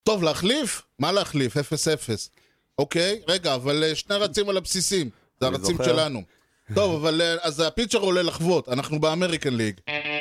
טוב, להחליף? מה להחליף? 0-0. אוקיי, רגע, אבל שני רצים על הבסיסים. זה הרצים שלנו. טוב, אבל אז הפיצ'ר עולה לחוות. אנחנו באמריקן ליג.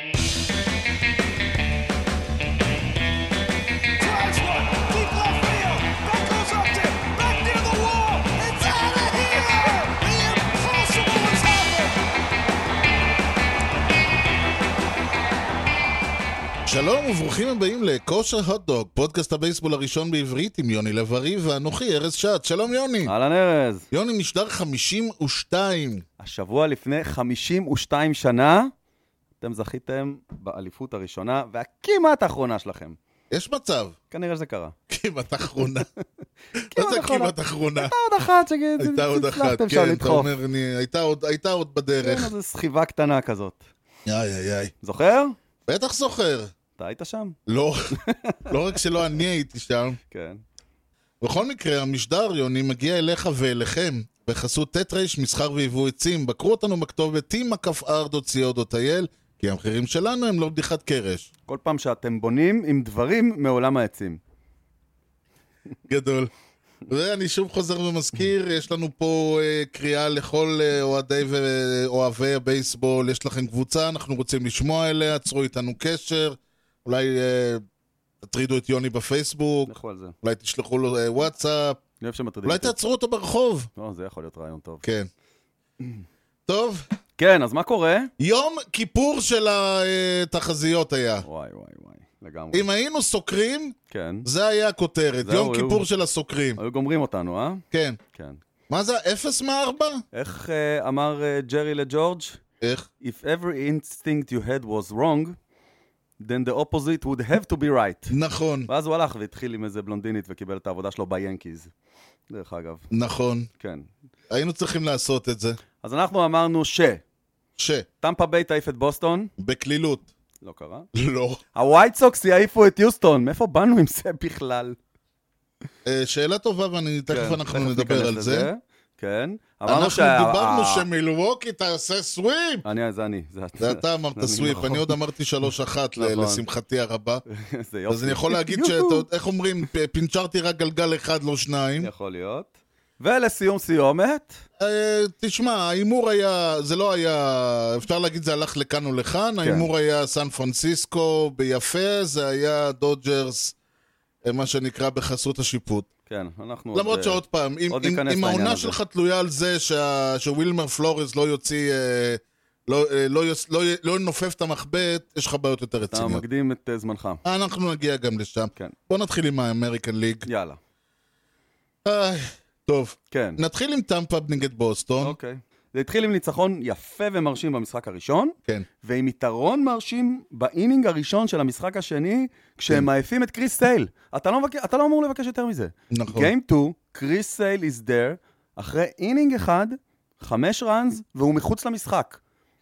שלום וברוכים הבאים לכושר הוטדוג, פודקאסט הבייסבול הראשון בעברית עם יוני לב-ארי ואנוכי ארז שץ. שלום יוני. אהלן ארז. יוני, משדר 52. השבוע לפני 52 שנה, אתם זכיתם באליפות הראשונה והכמעט האחרונה שלכם. יש מצב. כנראה שזה קרה. כמעט האחרונה. מה זה כמעט האחרונה? הייתה עוד אחת שגיד, הייתה עוד אחת, כן, אתה אומר, הייתה עוד בדרך. כן, איזו סחיבה קטנה כזאת. איי. זוכר? בטח זוכר. אתה היית שם? לא, לא רק שלא אני הייתי שם. כן. בכל מקרה, המשדר, יוני, מגיע אליך ואליכם, בחסות טטרש, מסחר ויבוא עצים. בקרו אותנו בכתובת t.r.co.il, כי המחירים שלנו הם לא בדיחת קרש. כל פעם שאתם בונים עם דברים מעולם העצים. גדול. ואני שוב חוזר ומזכיר, יש לנו פה קריאה לכל אוהדי ואוהבי הבייסבול, יש לכם קבוצה, אנחנו רוצים לשמוע אליה, עצרו איתנו קשר, אולי תטרידו את יוני בפייסבוק, אולי תשלחו לו וואטסאפ, אולי תעצרו אותו ברחוב. זה יכול להיות רעיון טוב. כן. טוב. כן, אז מה קורה? יום כיפור של התחזיות היה. וואי. לגמרי. אם היינו סוקרים, כן. זה היה הכותרת, יום כיפור של הסוקרים. היו גומרים אותנו, אה? כן. כן. מה זה, 0 מ-4? איך אמר ג'רי לג'ורג'? איך? If every instinct you had was wrong, then the opposite would have to be right. נכון. ואז הוא הלך והתחיל עם איזה בלונדינית וקיבל את העבודה שלו ביאנקיז. דרך אגב. נכון. כן. היינו צריכים לעשות את זה. אז אנחנו אמרנו טמפה ביי תעיף את בוסטון. בכלילות. לא קרה. לא. הווייט סוקס יעיפו את יוסטון. מאיפה באנו עם זה בכלל? שאלה טובה, תכף אנחנו נדבר על זה. כן. אנחנו דיברנו שמילווקי תעשה סוויפ. זה אני. זה אתה אמרת סוויפ, אני עוד אמרתי 3-1 לשמחתי הרבה. אז אני יכול להגיד איך אומרים, פינצ'רתי רק גלגל אחד, לא שניים. יכול להיות. ולסיום סיומת? תשמע, האימור היה, זה לא היה, אפשר להגיד זה הלך לכאן או לכאן, האימור היה סן פרנסיסקו ביפה, זה היה דודג'רס, מה שנקרא בחסות השיפוט. כן, אנחנו... למרות שעוד פעם, אם העונה שלך תלויה על זה שווילמר פלורס לא יוציא, לא נופף את המחבט, יש לך בעיות יותר רציניות. אתה מקדים את זמנך. אנחנו נגיע גם לשם. בוא נתחיל עם האמריקן ליג. יאללה. טוב, כן. נתחיל עם טמפה נגד בוסטון. אוקיי. זה התחיל עם ניצחון יפה ומרשים במשחק הראשון, כן. ועם יתרון מרשים באינינג הראשון של המשחק השני, כשהם מעיפים את קריס סייל. אתה לא אמור לבקש יותר מזה. נכון. Game 2, קריס סייל is there, אחרי אינינג אחד, 5 ראנס, והוא מחוץ למשחק.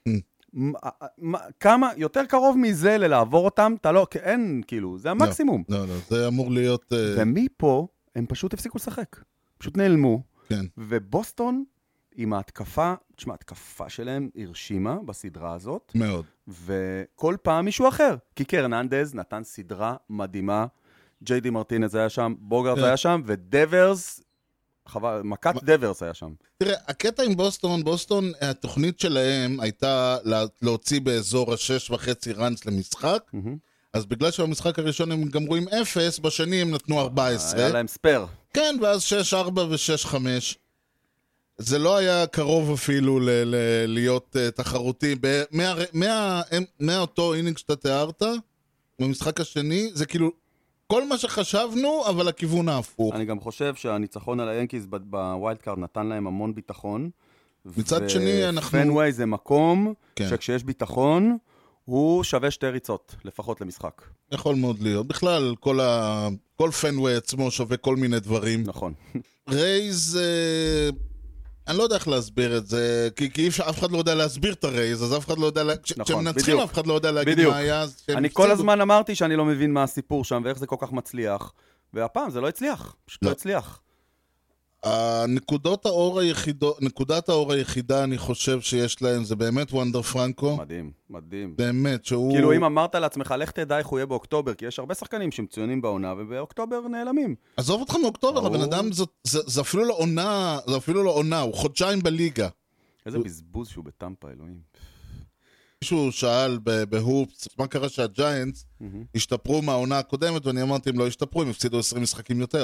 כמה, יותר קרוב מזה ללעבור אותם, אתה לא, אין, כאילו, זה המקסימום. לא, זה אמור להיות... ומפה, הם פשוט הפסיקו לשחק. פשוט נעלמו. כן. ובוסטון, עם ההתקפה, תשמע, ההתקפה שלהם הרשימה בסדרה הזאת. מאוד. וכל פעם מישהו אחר. קיקר הרננדז נתן סדרה מדהימה. ג'יי די מרטינז היה שם, בוגרט היה שם, ודברס, מכת דברס היה שם. תראה, הקטע עם בוסטון, התוכנית שלהם הייתה להוציא באזור ה6.5 ראנס למשחק, אז בגלל שבמשחק הראשון הם גמרו עם 0, בשני הם נתנו 14. היה להם ספר. כן, ואז 6-4 ו-6-5. זה לא היה קרוב אפילו להיות תחרותי. מאותו אינינג שאתה תיארת, במשחק השני, זה כאילו כל מה שחשבנו, אבל הכיוון ההפוך. אני גם חושב שהניצחון על היאנקיז בווילד קארד נתן להם המון ביטחון. מצד שני אנחנו... פנוויי זה מקום שכשיש ביטחון, הוא שווה 2 ריצות, לפחות למשחק. יכול מאוד להיות. בכלל, כל פנוויי עצמו שווה כל מיני דברים. נכון. רייז... אני לא יודע איך להסביר את זה, כי אף אחד לא יודע להסביר את הרייז, אז אף אחד לא יודע, כשהם נצחים אף אחד לא יודע להגיד מה היה. אני כל הזמן אמרתי שאני לא מבין מה הסיפור שם, ואיך זה כל כך מצליח, והפעם זה לא הצליח, פשוט לא הצליח. נקודת האור היחידה, אני חושב שיש להם, זה באמת וונדר פרנקו. מדהים, מדהים. באמת, שהוא... כאילו אם אמרת לעצמך, לך תדע איך הוא יהיה באוקטובר, כי יש הרבה שחקנים שמצוינים בעונה, ובאוקטובר נעלמים. עזוב אותך מאוקטובר, הבן אדם, זה אפילו לא עונה, הוא חודשיים בליגה. איזה בזבוז שהוא בטמפה, אלוהים. מישהו שאל בהופס, מה קרה שהג'יינטס השתפרו מהעונה הקודמת, ואני אמרתי, הם לא השתפרו, הם הפסידו 20 משחקים יותר.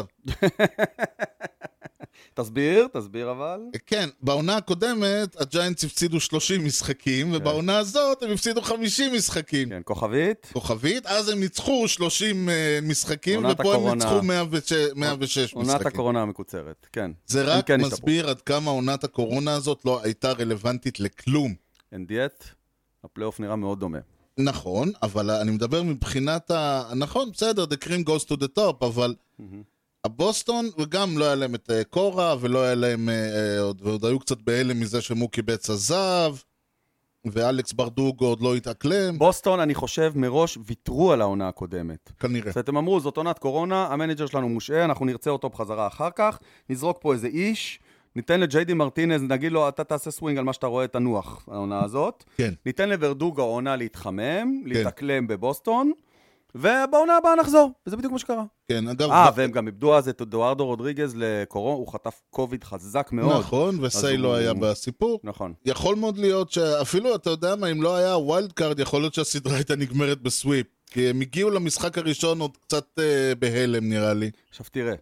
תסביר אבל. כן, בעונה הקודמת הג'יינטס הפסידו 30 משחקים, ובעונה הזאת הם הפסידו 50 משחקים. כן, כוכבית, אז הם ניצחו 30 משחקים, ופה הם ניצחו 106 משחקים. עונת הקורונה המקוצרת, כן. זה רק מסביר עד כמה עונת הקורונה הזאת לא הייתה רלוונטית לכלום. אין דיאט, הפלייאוף נראה מאוד דומה. נכון, אבל אני מדבר מבחינת נכון, בסדר, the cream goes to the top, אבל... הבוסטון, וגם לא היה להם את קורה, ולא היה להם, ועוד היו קצת בהלם מזה שמוקי בץ עזב, ואלכס ברדוגו עוד לא התאקלם. בוסטון, אני חושב, מראש ויתרו על העונה הקודמת. כנראה. אז אתם אמרו, זאת עונת קורונה, המנג'ר שלנו מושעה, אנחנו נרצה אותו בחזרה אחר כך, נזרוק פה איזה איש, ניתן לג'יידי מרטינז, נגיד לו, אתה תעשה סווינג על מה שאתה רואה, תנוח, העונה הזאת. כן. ניתן לברדוגו עונה להתחמם, להתאקלם בבוסטון, ובעונה הבאה נחזור, וזה בדיוק מה שקרה. כן, אגב... והם גם איבדו אז את אדוארדו רודריגז לקורונה, הוא חטף קוביד חזק מאוד. נכון, וסי לא היה בסיפור. נכון. יכול מאוד להיות שאפילו, אתה יודע מה, אם לא היה ווילד קארד, יכול להיות שהסדרה הייתה נגמרת בסוויפ. כי הם הגיעו למשחק הראשון עוד קצת בהלם, נראה לי. עכשיו תראה,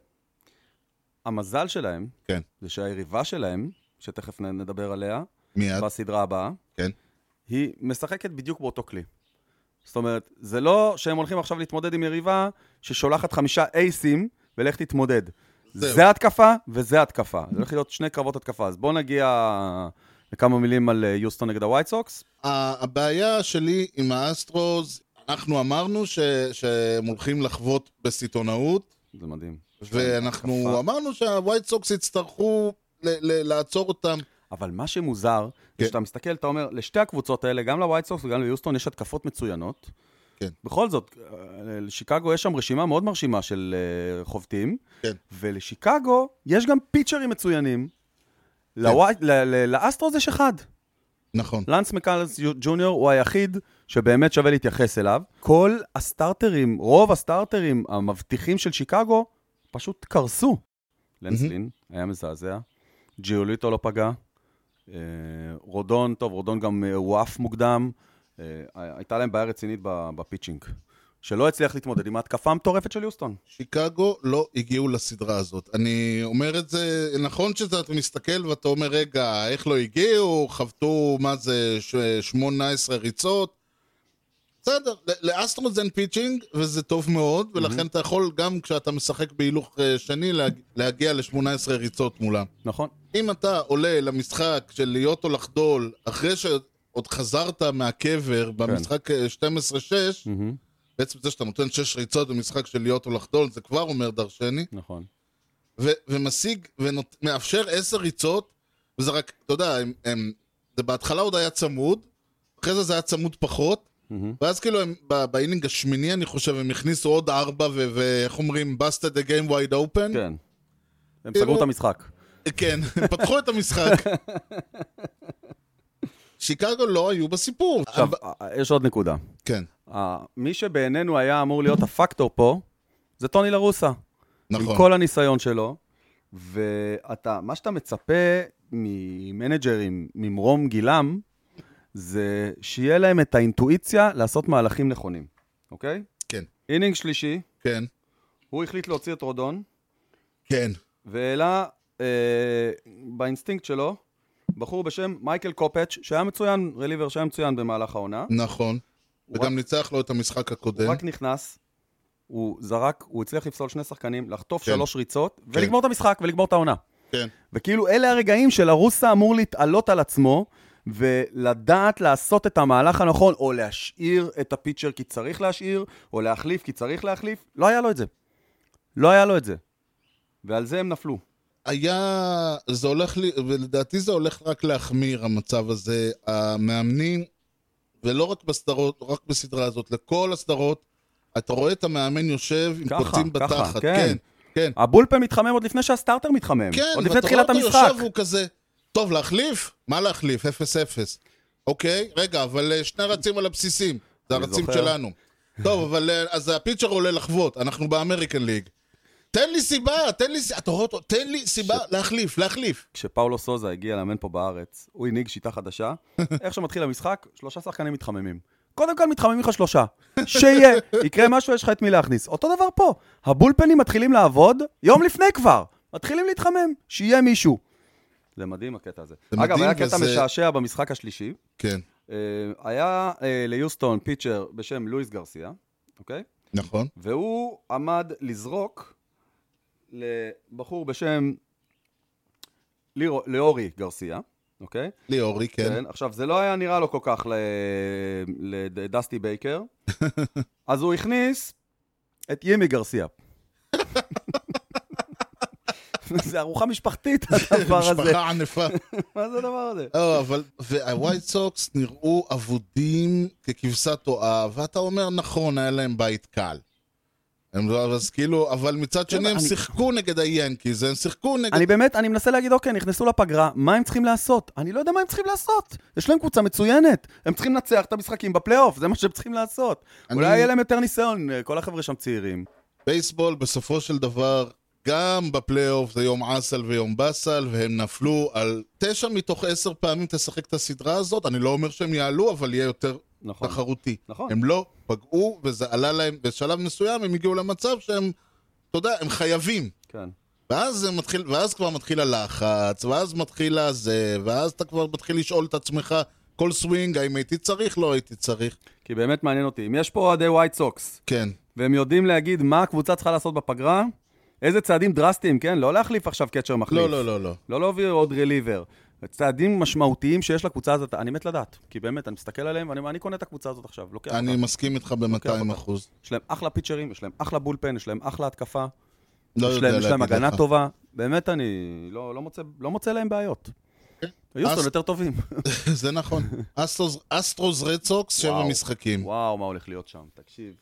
המזל שלהם, כן. זה שהיריבה שלהם, שתכף נדבר עליה, מיד. בסדרה הבאה, כן. היא משחקת בדיוק באותו כלי. זאת אומרת, זה לא שהם הולכים עכשיו להתמודד עם יריבה ששולחת 5 אייסים ולך תתמודד. זה התקפה וזה התקפה. זה הולך להיות 2 קרבות התקפה. אז בואו נגיע לכמה מילים על יוסטון נגד הווייט סוקס. הבעיה שלי עם האסטרוס, אנחנו אמרנו שהם הולכים לחוות בסיטונאות. זה מדהים. ואנחנו אמרנו שהווייט סוקס יצטרכו לעצור אותם. אבל מה שמוזר, כשאתה מסתכל, אתה אומר, לשתי הקבוצות האלה, גם לווייט סוקס וגם ליוסטון, יש התקפות מצוינות. כן. בכל זאת, לשיקגו יש שם רשימה מאוד מרשימה של חובטים, כן. ולשיקגו יש גם פיצ'רים מצוינים. לאסטרוס יש אחד. נכון. לנס מקלס ג'וניור הוא היחיד שבאמת שווה להתייחס אליו. כל הסטארטרים, רוב הסטארטרים המבטיחים של שיקגו, פשוט קרסו. לנסלין היה מזעזע. ג'יוליטו לא פגע. רודון, טוב, רודון גם וואף מוקדם. הייתה להם בעיה רצינית בפיצ'ינג. שלא הצליח להתמודד עם ההתקפה המטורפת של יוסטון. שיקגו לא הגיעו לסדרה הזאת. אני אומר את זה, נכון שאתה מסתכל ואתה אומר, רגע, איך לא הגיעו? חבטו, מה זה, 18 ריצות? בסדר, לאסטרוס אין פיצ'ינג, וזה טוב מאוד, ולכן אתה יכול גם כשאתה משחק בהילוך שני, להגיע ל-18 ריצות מולם. נכון. אם אתה עולה למשחק של להיות או לחדול, אחרי שעוד חזרת מהקבר במשחק 12-6, בעצם זה שאתה נותן 6 ריצות במשחק של להיות או לחדול, זה כבר אומר דרשני. נכון. ומשיג, ומאפשר 10 ריצות, וזה רק, אתה יודע, זה בהתחלה עוד היה צמוד, אחרי זה היה צמוד פחות, ואז כאילו באינינג השמיני, אני חושב, הם הכניסו עוד 4, ואיך אומרים, busted the game wide open. כן. הם סגרו את המשחק. כן, הם פתחו את המשחק. שיקגו לא היו בסיפור. עכשיו, יש עוד נקודה. כן. מי שבעינינו היה אמור להיות הפקטור פה, זה טוני לרוסה. נכון. עם כל הניסיון שלו. ומה שאתה מצפה ממנג'רים, ממרום גילם, זה שיהיה להם את האינטואיציה לעשות מהלכים נכונים. אוקיי? כן. אינינג שלישי. כן. הוא החליט להוציא את רודון. כן. והעלה באינסטינקט שלו, בחור בשם מייקל קופץ', שהיה מצוין, רליבר שהיה מצוין במהלך העונה. נכון. וגם ניצח לו את המשחק הקודם. הוא רק נכנס, הוא זרק, הוא הצליח לפסול 2 שחקנים, לחטוף 3 ריצות, ולגמור את המשחק, ולגמור את העונה. כן. וכאילו אלה הרגעים של הרוסה אמור להתעלות על עצמו, ולדעת לעשות את המהלך הנכון, או להשאיר את הפיצ'ר כי צריך להשאיר, או להחליף כי צריך להחליף. לא היה לו את זה. לא היה לו את זה. ועל זה הם נפלו. זה הולך לי, ולדעתי זה הולך רק להחמיר המצב הזה, המאמנים, ולא רק בסדרות, רק בסדרה הזאת, לכל הסדרות, אתה רואה את המאמן יושב עם קוצים בתחת, כן. כן. הבולפן מתחמם עוד לפני שהסטארטר מתחמם. כן, עוד לפני תחילת המשחק. יושב הוא כזה, טוב, להחליף? מה להחליף? 0-0. אוקיי, רגע, אבל שני רצים על הבסיסים. זה הרצים שלנו. טוב, אבל אז הפיצ'ר עולה לחוות, אנחנו באמריקן ליג. תן לי סיבה, תן לי סיבה להחליף. כשפאולו סוזה הגיע לאמן פה בארץ, הוא הנהיג שיטה חדשה, איך שמתחיל המשחק, 3 שחקנים מתחממים. קודם כל מתחממים לך 3. שיהיה, יקרה משהו, יש לך את מי להכניס. אותו דבר פה, הבולפנים מתחילים לעבוד, יום לפני כבר, מתחילים להתחמם, שיהיה מישהו. זה מדהים הקטע הזה. אגב, היה קטע משעשע במשחק השלישי. כן. היה ליוסטון פיצ'ר בשם לואיס גרסיה, אוקיי? נכון. והוא עמד לזרוק לבחור בשם ליאורי גרסיה, אוקיי? ליאורי, כן. עכשיו, זה לא היה נראה לו כל כך לדסטי בייקר, אז הוא הכניס את ימי גרסיה. זה ארוחה משפחתית, הדבר הזה. משפחה ענפה. מה זה הדבר הזה? אבל, והווייט סוקס נראו אבודים ככבשת תועה, ואתה אומר, נכון, היה להם בית קל. אז כאילו, אבל מצד שני הם שיחקו נגד היאנקיז, הם שיחקו נגד... אני מנסה להגיד, אוקיי, נכנסו לפגרה, מה הם צריכים לעשות? אני לא יודע מה הם צריכים לעשות. יש להם קבוצה מצוינת. הם צריכים לנצח את המשחקים בפלייאוף, זה מה שהם צריכים לעשות. אולי יהיה להם יותר ניסיון, כל החבר'ה שם צעירים. בייסבול, בסופו של דבר, גם בפלייאוף זה יום אסל ויום בסל, והם נפלו על 9 מתוך 10 פעמים תשחק את הסדרה הזאת. אני לא אומר שהם יעלו, אבל יהיה יותר תחרותי. הם לא פגעו, וזה עלה להם, בשלב מסוים הם הגיעו למצב שהם, אתה יודע, הם חייבים. כן. ואז כבר מתחיל הלחץ, ואז מתחיל הזה, ואז אתה כבר מתחיל לשאול את עצמך, כל סווינג, האם הייתי צריך, לא הייתי צריך. כי באמת מעניין אותי. אם יש פה אוהדי ווייט סוקס, כן. והם יודעים להגיד מה הקבוצה צריכה לעשות בפגרה, איזה צעדים דרסטיים, כן? לא להחליף עכשיו קצ'ר מחליף. לא. לא להביא עוד רליבר. צעדים משמעותיים שיש לקבוצה הזאת, אני מת לדעת. כי באמת, אני מסתכל עליהם, ואני קונה את הקבוצה הזאת עכשיו. אני מסכים איתך ב-200%. יש להם אחלה פיצ'רים, יש להם אחלה בולפן, יש להם אחלה התקפה. לא יודע להגיד לך. יש להם הגנה טובה. באמת, אני לא מוצא להם בעיות. יוסטון יותר טובים. זה נכון. אסטרוס רד סוקס, 7 משחקים. וואו, מה הולך להיות שם, תקשיב.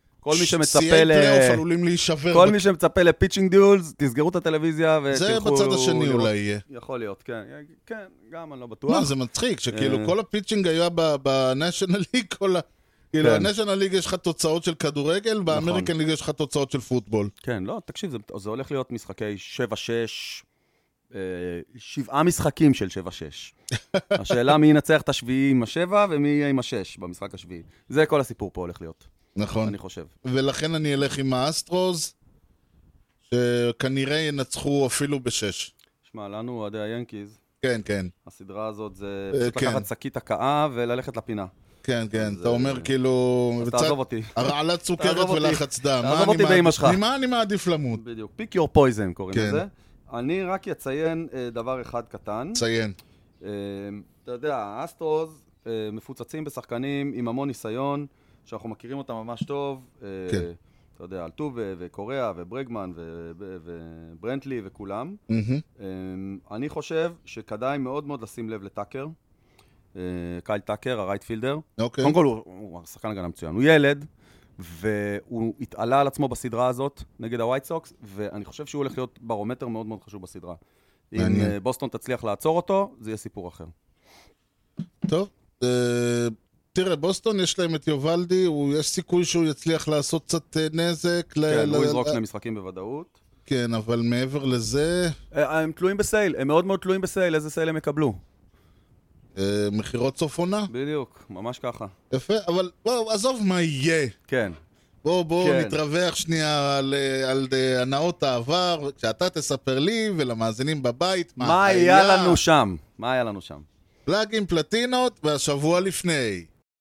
כל מי שמצפה לפיצ'ינג דיולס, תסגרו את הטלוויזיה זה בצד השני אולי יהיה. יכול להיות, כן, גם אני לא בטוח. מה, זה מצחיק, שכאילו כל הפיצ'ינג היה בנשיונל ליג, כאילו בנשיונל ליג יש לך תוצאות של כדורגל, באמריקן ליג יש לך תוצאות של פוטבול. כן, לא, תקשיב, זה הולך להיות משחקי 7-6, 7 משחקים של 7-6. השאלה מי ינצח את השביעי עם ה7 ומי יהיה עם ה6 במשחק השביעי. זה כל הסיפור פה הולך להיות. נכון. אני חושב. ולכן אני אלך עם האסטרוס, שכנראה ינצחו אפילו ב6. שמע, לנו אוהדי היאנקיז. כן, כן. הסדרה הזאת זה פשוט לקחת שקית הקאה וללכת לפינה. כן, כן. אתה אומר כאילו... אז תעזוב אותי. הרעלת סוכרת ולחץ דם. תעזוב אותי באמא שלך. ממה אני מעדיף למות? בדיוק. pick your poison קוראים לזה. אני רק אציין דבר אחד קטן. ציין. אתה יודע, האסטרוס מפוצצים בשחקנים עם המון ניסיון. שאנחנו מכירים אותם ממש טוב, אתה יודע, אלטוב וקוריאה וברגמן וברנטלי וכולם. אני חושב שכדאי מאוד מאוד לשים לב לטאקר, קייל טאקר, הרייט פילדר. קודם כל הוא שחקן הגנה מצוין, הוא ילד, והוא התעלה על עצמו בסדרה הזאת נגד הווייט סוקס, ואני חושב שהוא הולך להיות ברומטר מאוד מאוד חשוב בסדרה. אם בוסטון תצליח לעצור אותו, זה יהיה סיפור אחר. טוב, תראה, בוסטון יש להם את יובלדי, יש סיכוי שהוא יצליח לעשות קצת נזק. כן, הוא יזרוק 2 משחקים בוודאות. כן, אבל מעבר לזה... הם תלויים בסייל, הם מאוד מאוד תלויים בסייל, איזה סייל הם יקבלו? מחירות סוף עונה? בדיוק, ממש ככה. יפה, אבל בואו, עזוב מה יהיה. כן. בואו נתרווח שנייה על הנאות העבר, כשאתה תספר לי ולמאזינים בבית מה היה לנו שם. מה היה לנו שם? פלאגים פלטינות והשבוע לפני.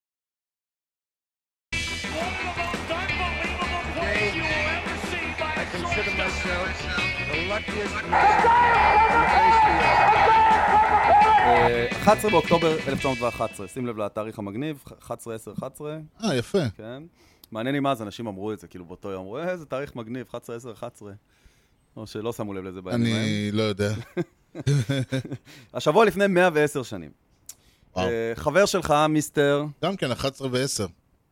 ה-11 באוקטובר 1911, שים לב לתאריך המגניב, 11-10-11. יפה. כן. מעניין אם אז אנשים אמרו את זה, כאילו באותו יום, אמרו, איזה תאריך מגניב, 11-10-11. או שלא שמו לב לזה בימים ההם. אני לא יודע. השבוע לפני 110 שנים. חבר שלך, מיסטר... גם כן, 11 ו-10.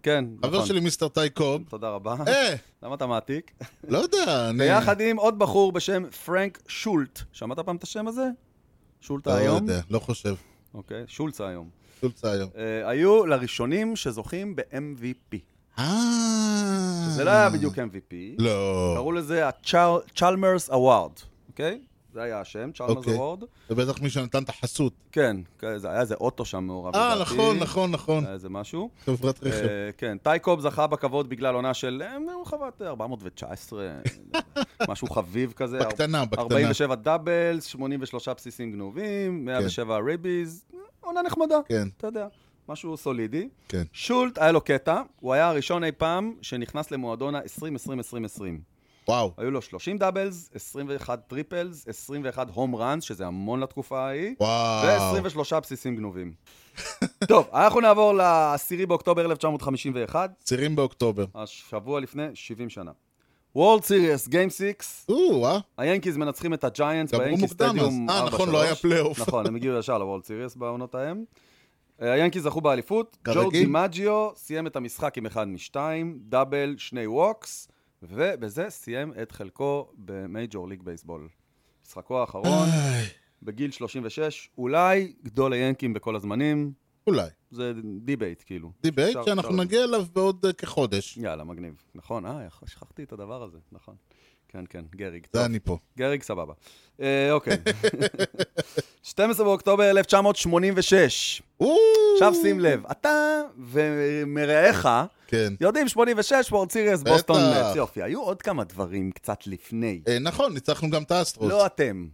כן, חבר נכון. שלי מיסטר טייקוב. תודה רבה. אה, למה אתה מעתיק? לא יודע, אני... ביחד עם עוד בחור בשם פרנק שולט. שמעת פעם את השם הזה? שולט לא היום? יודע, לא חושב. אוקיי, שולץ היום. שולץ היום. היו לראשונים שזוכים ב-MVP. זה לא היה בדיוק MVP. לא. קראו לזה ה-Chalmers Award, אוקיי? זה היה השם, Chalmers אוקיי. Award. זה בטח מי שנתן את החסות. כן, היה איזה אוטו שם מעורב. נכון. היה איזה משהו. חברת רכב. כן, טייקוב זכה בכבוד בגלל עונה של, הוא חוות 419, משהו חביב כזה. בקטנה. 47 דאבלס, 83 בסיסים גנובים, 107 ריביז, עונה נחמדה. כן. אתה יודע, משהו סולידי. כן. שולט היה לו קטע, הוא היה הראשון אי פעם שנכנס למועדון ה-20-20-20-20. וואו. היו לו 30 דאבלס, 21 טריפלס, 21 הום ראנס, שזה המון לתקופה ההיא, וואו. ו-23 בסיסים גנובים. טוב, אנחנו נעבור ל-10 באוקטובר 1951. 10 באוקטובר. השבוע לפני 70 שנה. וורלד סיריוס, גיים 6. היאנקיז מנצחים את הג'יינטס ביאנקי סטדיום 4-3. נכון, לא היה פלייאוף. נכון, הם הגיעו ישר לוורלד סיריוס בעונות ההם. היאנקיז זכו באליפות. ג'ו דימג'יו סיים את המשחק עם 1-2, דאבל, 2 ווקס. ובזה סיים את חלקו במייג'ור ליג בייסבול. משחקו האחרון, בגיל 36, אולי גדול היאנקים בכל הזמנים. אולי. זה דיבייט, כאילו. דיבייט שאנחנו נגיע אליו בעוד כחודש. יאללה, מגניב. נכון, שכחתי את הדבר הזה, נכון. כן, גריג. זה אני פה. גריג, סבבה. אוקיי. 12 באוקטובר 1986. עכשיו שים לב, אתה ומרעיך יודעים 86, וורד סיריוס, בוסטון נטס. יופי, היו עוד כמה דברים קצת לפני. נכון, ניצחנו גם את האסטרוס. לא אתם.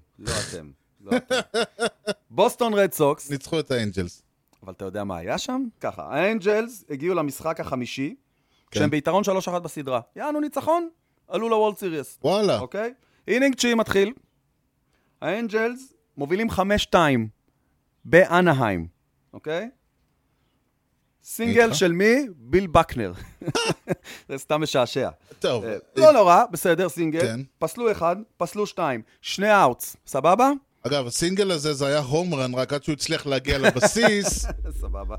בוסטון רד סוקס. ניצחו את האנג'לס. אבל אתה יודע מה היה שם? ככה, האנג'לס הגיעו למשחק החמישי, כשהם ביתרון 3-1 בסדרה. יענו ניצחון, עלו לוולד סיריוס. וואלה. אוקיי? אינינג 9 מתחיל. האנג'לס מובילים 5-2 באנהיים. אוקיי? סינגל של מי? ביל בקנר. זה סתם משעשע. טוב. לא נורא, בסדר, סינגל. פסלו 1, פסלו 2. 2 אאוטס, סבבה? אגב, הסינגל הזה זה היה הומרן, רק עד שהוא הצליח להגיע לבסיס. סבבה.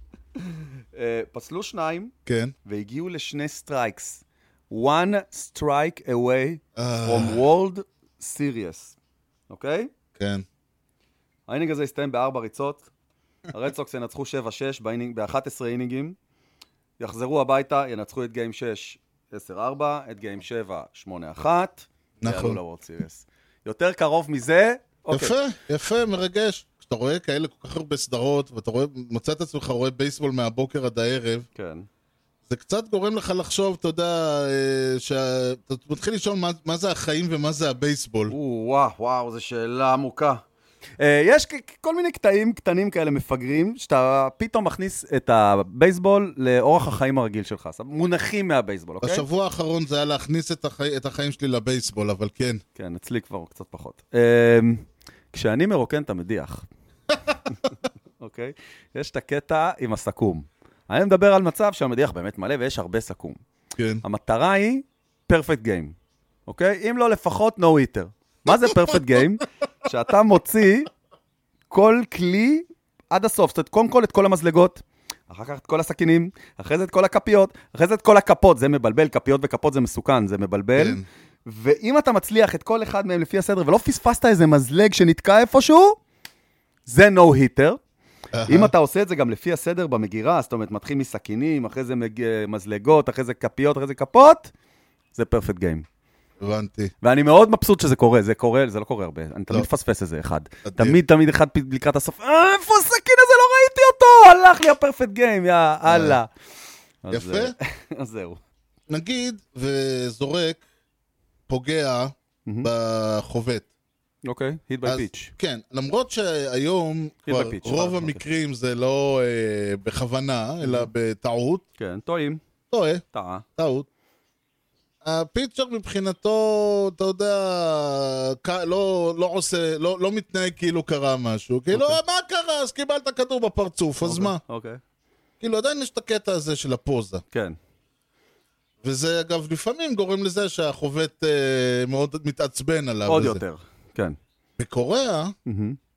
פסלו 2, והגיעו לשני סטרייקס. One strike away from World Series. אוקיי? כן. האינינג הזה הסתיים ב4 ריצות. הרד סוקס ינצחו 7-6 ב-11 אינינגים. יחזרו הביתה, ינצחו את גיים 6 10-4, את גיים 7 8-1. נכון. יעלו לוורד סיריוס. יותר קרוב מזה... יפה, מרגש. כשאתה רואה כאלה כל כך הרבה סדרות, ואתה מוצא את עצמך רואה בייסבול מהבוקר עד הערב, כן. זה קצת גורם לך לחשוב, אתה יודע, שאתה מתחיל לשאול מה זה החיים ומה זה הבייסבול. וואו, זו שאלה עמוקה. יש כל מיני קטעים קטנים כאלה מפגרים, שאתה פתאום מכניס את הבייסבול לאורח החיים הרגיל שלך. מונחים מהבייסבול, אוקיי? השבוע האחרון זה היה להכניס את החיים שלי לבייסבול, אבל כן. כן, אצלי כבר קצת פחות. כשאני מרוקן את המדיח, אוקיי? יש את הקטע עם הסכום. אני מדבר על מצב שהמדיח באמת מלא ויש הרבה סכום. כן. המטרה היא perfect game, אוקיי? אם לא לפחות no hitter. מה זה perfect game? שאתה מוציא כל כלי עד הסוף. זאת אומרת, קודם כל את כל המזלגות, אחר כך את כל הסכינים, אחרי זה את כל הכפיות, אחרי זה את כל הכפות. זה מבלבל, כפיות וכפות זה מסוכן, זה מבלבל. כן. ואם אתה מצליח את כל אחד מהם לפי הסדר, ולא פספסת איזה מזלג שנתקע איפשהו, זה no hitter. אם אתה עושה את זה גם לפי הסדר במגירה, זאת אומרת, מתחיל מסכינים, אחרי זה מזלגות, אחרי זה כפיות, אחרי זה כפות, זה perfect game. הבנתי. ואני מאוד מבסוט שזה קורה, זה לא קורה הרבה, אני תמיד פספס איזה אחד. תמיד אחד לקראת הסוף, איפה הסכין הזה, לא ראיתי אותו, הלך לי הפרפקט גיים, יאללה. יפה. אז זהו. נגיד וזורק, פוגע בחובט. אוקיי, hit by pitch. כן, למרות שהיום רוב המקרים זה לא בכוונה, אלא בטעות. כן, טועים. טעות. הפיצ'ר מבחינתו, אתה יודע, לא עושה, לא מתנהג כאילו קרה משהו. כאילו, מה קרה? אז קיבלת כדור בפרצוף, אז מה? אוקיי. כאילו, עדיין יש את הקטע הזה של הפוזה. כן. וזה, אגב, לפעמים גורם לזה שהחובט מאוד מתעצבן עליו. עוד יותר, כן. בקוריאה,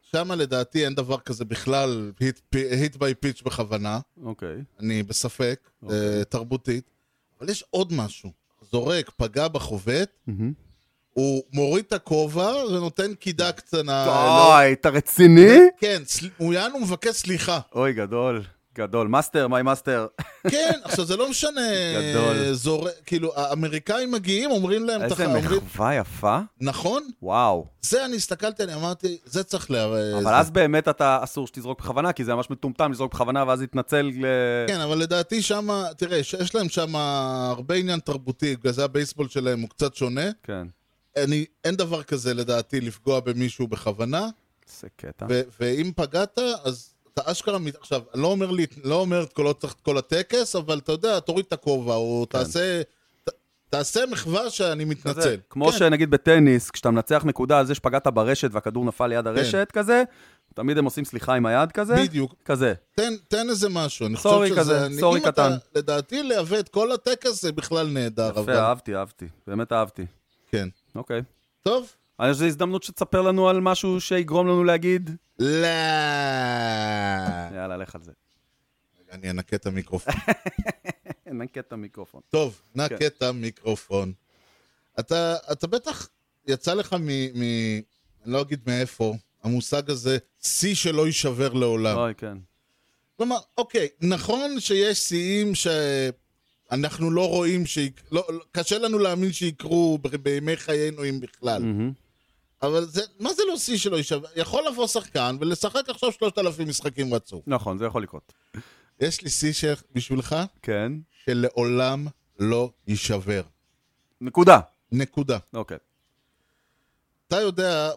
שמה לדעתי אין דבר כזה בכלל hit by pitch בכוונה. אוקיי. אני בספק, תרבותית. אבל יש עוד משהו. זורק, פגע בחובט, הוא מוריד את הכובע ונותן קידה קטנה. אוי, אתה רציני? כן, הוא יענו מבקש סליחה. אוי, גדול. גדול. מאסטר, מי מאסטר. כן, עכשיו זה לא משנה. גדול. כאילו, האמריקאים מגיעים, אומרים להם... איזה מחווה יפה. נכון? וואו. זה אני הסתכלתי, אני אמרתי, זה צריך אבל אז באמת אתה אסור שתזרוק בכוונה, כי זה ממש מטומטם לזרוק בכוונה, ואז יתנצל כן, אבל לדעתי שמה, תראה, יש להם שמה הרבה עניין תרבותי, בגלל זה הבייסבול שלהם הוא קצת שונה. כן. אין דבר כזה לדעתי לפגוע במישהו בכוונה. זה קטע. ואם פגעת, אז... אתה אשכרה, עכשיו, לא אומר כל הטקס, אבל אתה יודע, תוריד את הכובע, או תעשה מחווה שאני מתנצל. כמו שנגיד בטניס, כשאתה מנצח נקודה על זה שפגעת ברשת והכדור נפל ליד הרשת כזה, תמיד הם עושים סליחה עם היד כזה. בדיוק. כזה. תן איזה משהו. סורי כזה, סורי קטן. לדעתי להביא את כל הטקס זה בכלל נהדר. יפה, אהבתי. באמת אהבתי. כן. אוקיי. טוב. אז זו הזדמנות שתספר לנו על משהו שיגרום לנו להגיד? לא. יאללה, לך על זה. אני אנקה את המיקרופון. נקה את המיקרופון. טוב, נקה את המיקרופון. אתה בטח יצא לך אני לא אגיד מאיפה, המושג הזה, שיא שלא יישבר לעולם. אוי, כן. כלומר, אוקיי, נכון שיש שיאים שאנחנו לא רואים, קשה לנו להאמין שיקרו בימי חיינו אם בכלל. אבל מה זה לא שיא שלא יישבר? יכול לבוא שחקן ולשחק עכשיו 3,000 משחקים רצוף. נכון, זה יכול לקרות. יש לי שיא בשבילך, כן. שלעולם לא יישבר. נקודה. אוקיי. אתה יודע,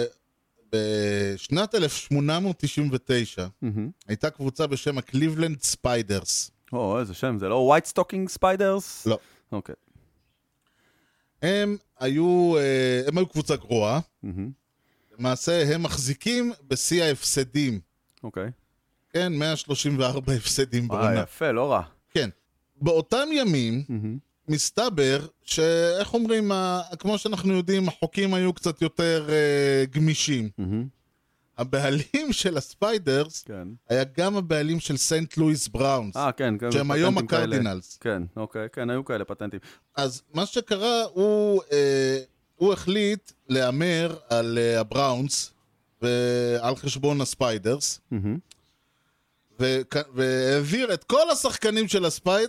בשנת 1899, הייתה קבוצה בשם הקליבלנד ספיידרס. איזה שם, זה לא ווייט סטוקינג ספיידרס? לא. אוקיי. הם היו קבוצה גרועה. למעשה, הם מחזיקים בשיא ההפסדים. אוקיי. כן, 134 הפסדים בעונה. יפה, לא רע. כן. באותם ימים, מסתבר שאיך אומרים, כמו שאנחנו יודעים, החוקים היו קצת יותר גמישים. הבעלים של הספיידרס היה גם הבעלים של סנט לואיס בראונס. כן. שהם היום הקרדינלס. כן, אוקיי, כן, היו כאלה פטנטים. אז מה שקרה, הוא החליט לאמר על הבראונס ועל חשבון הספיידרס. והעביר את כל השחקנים של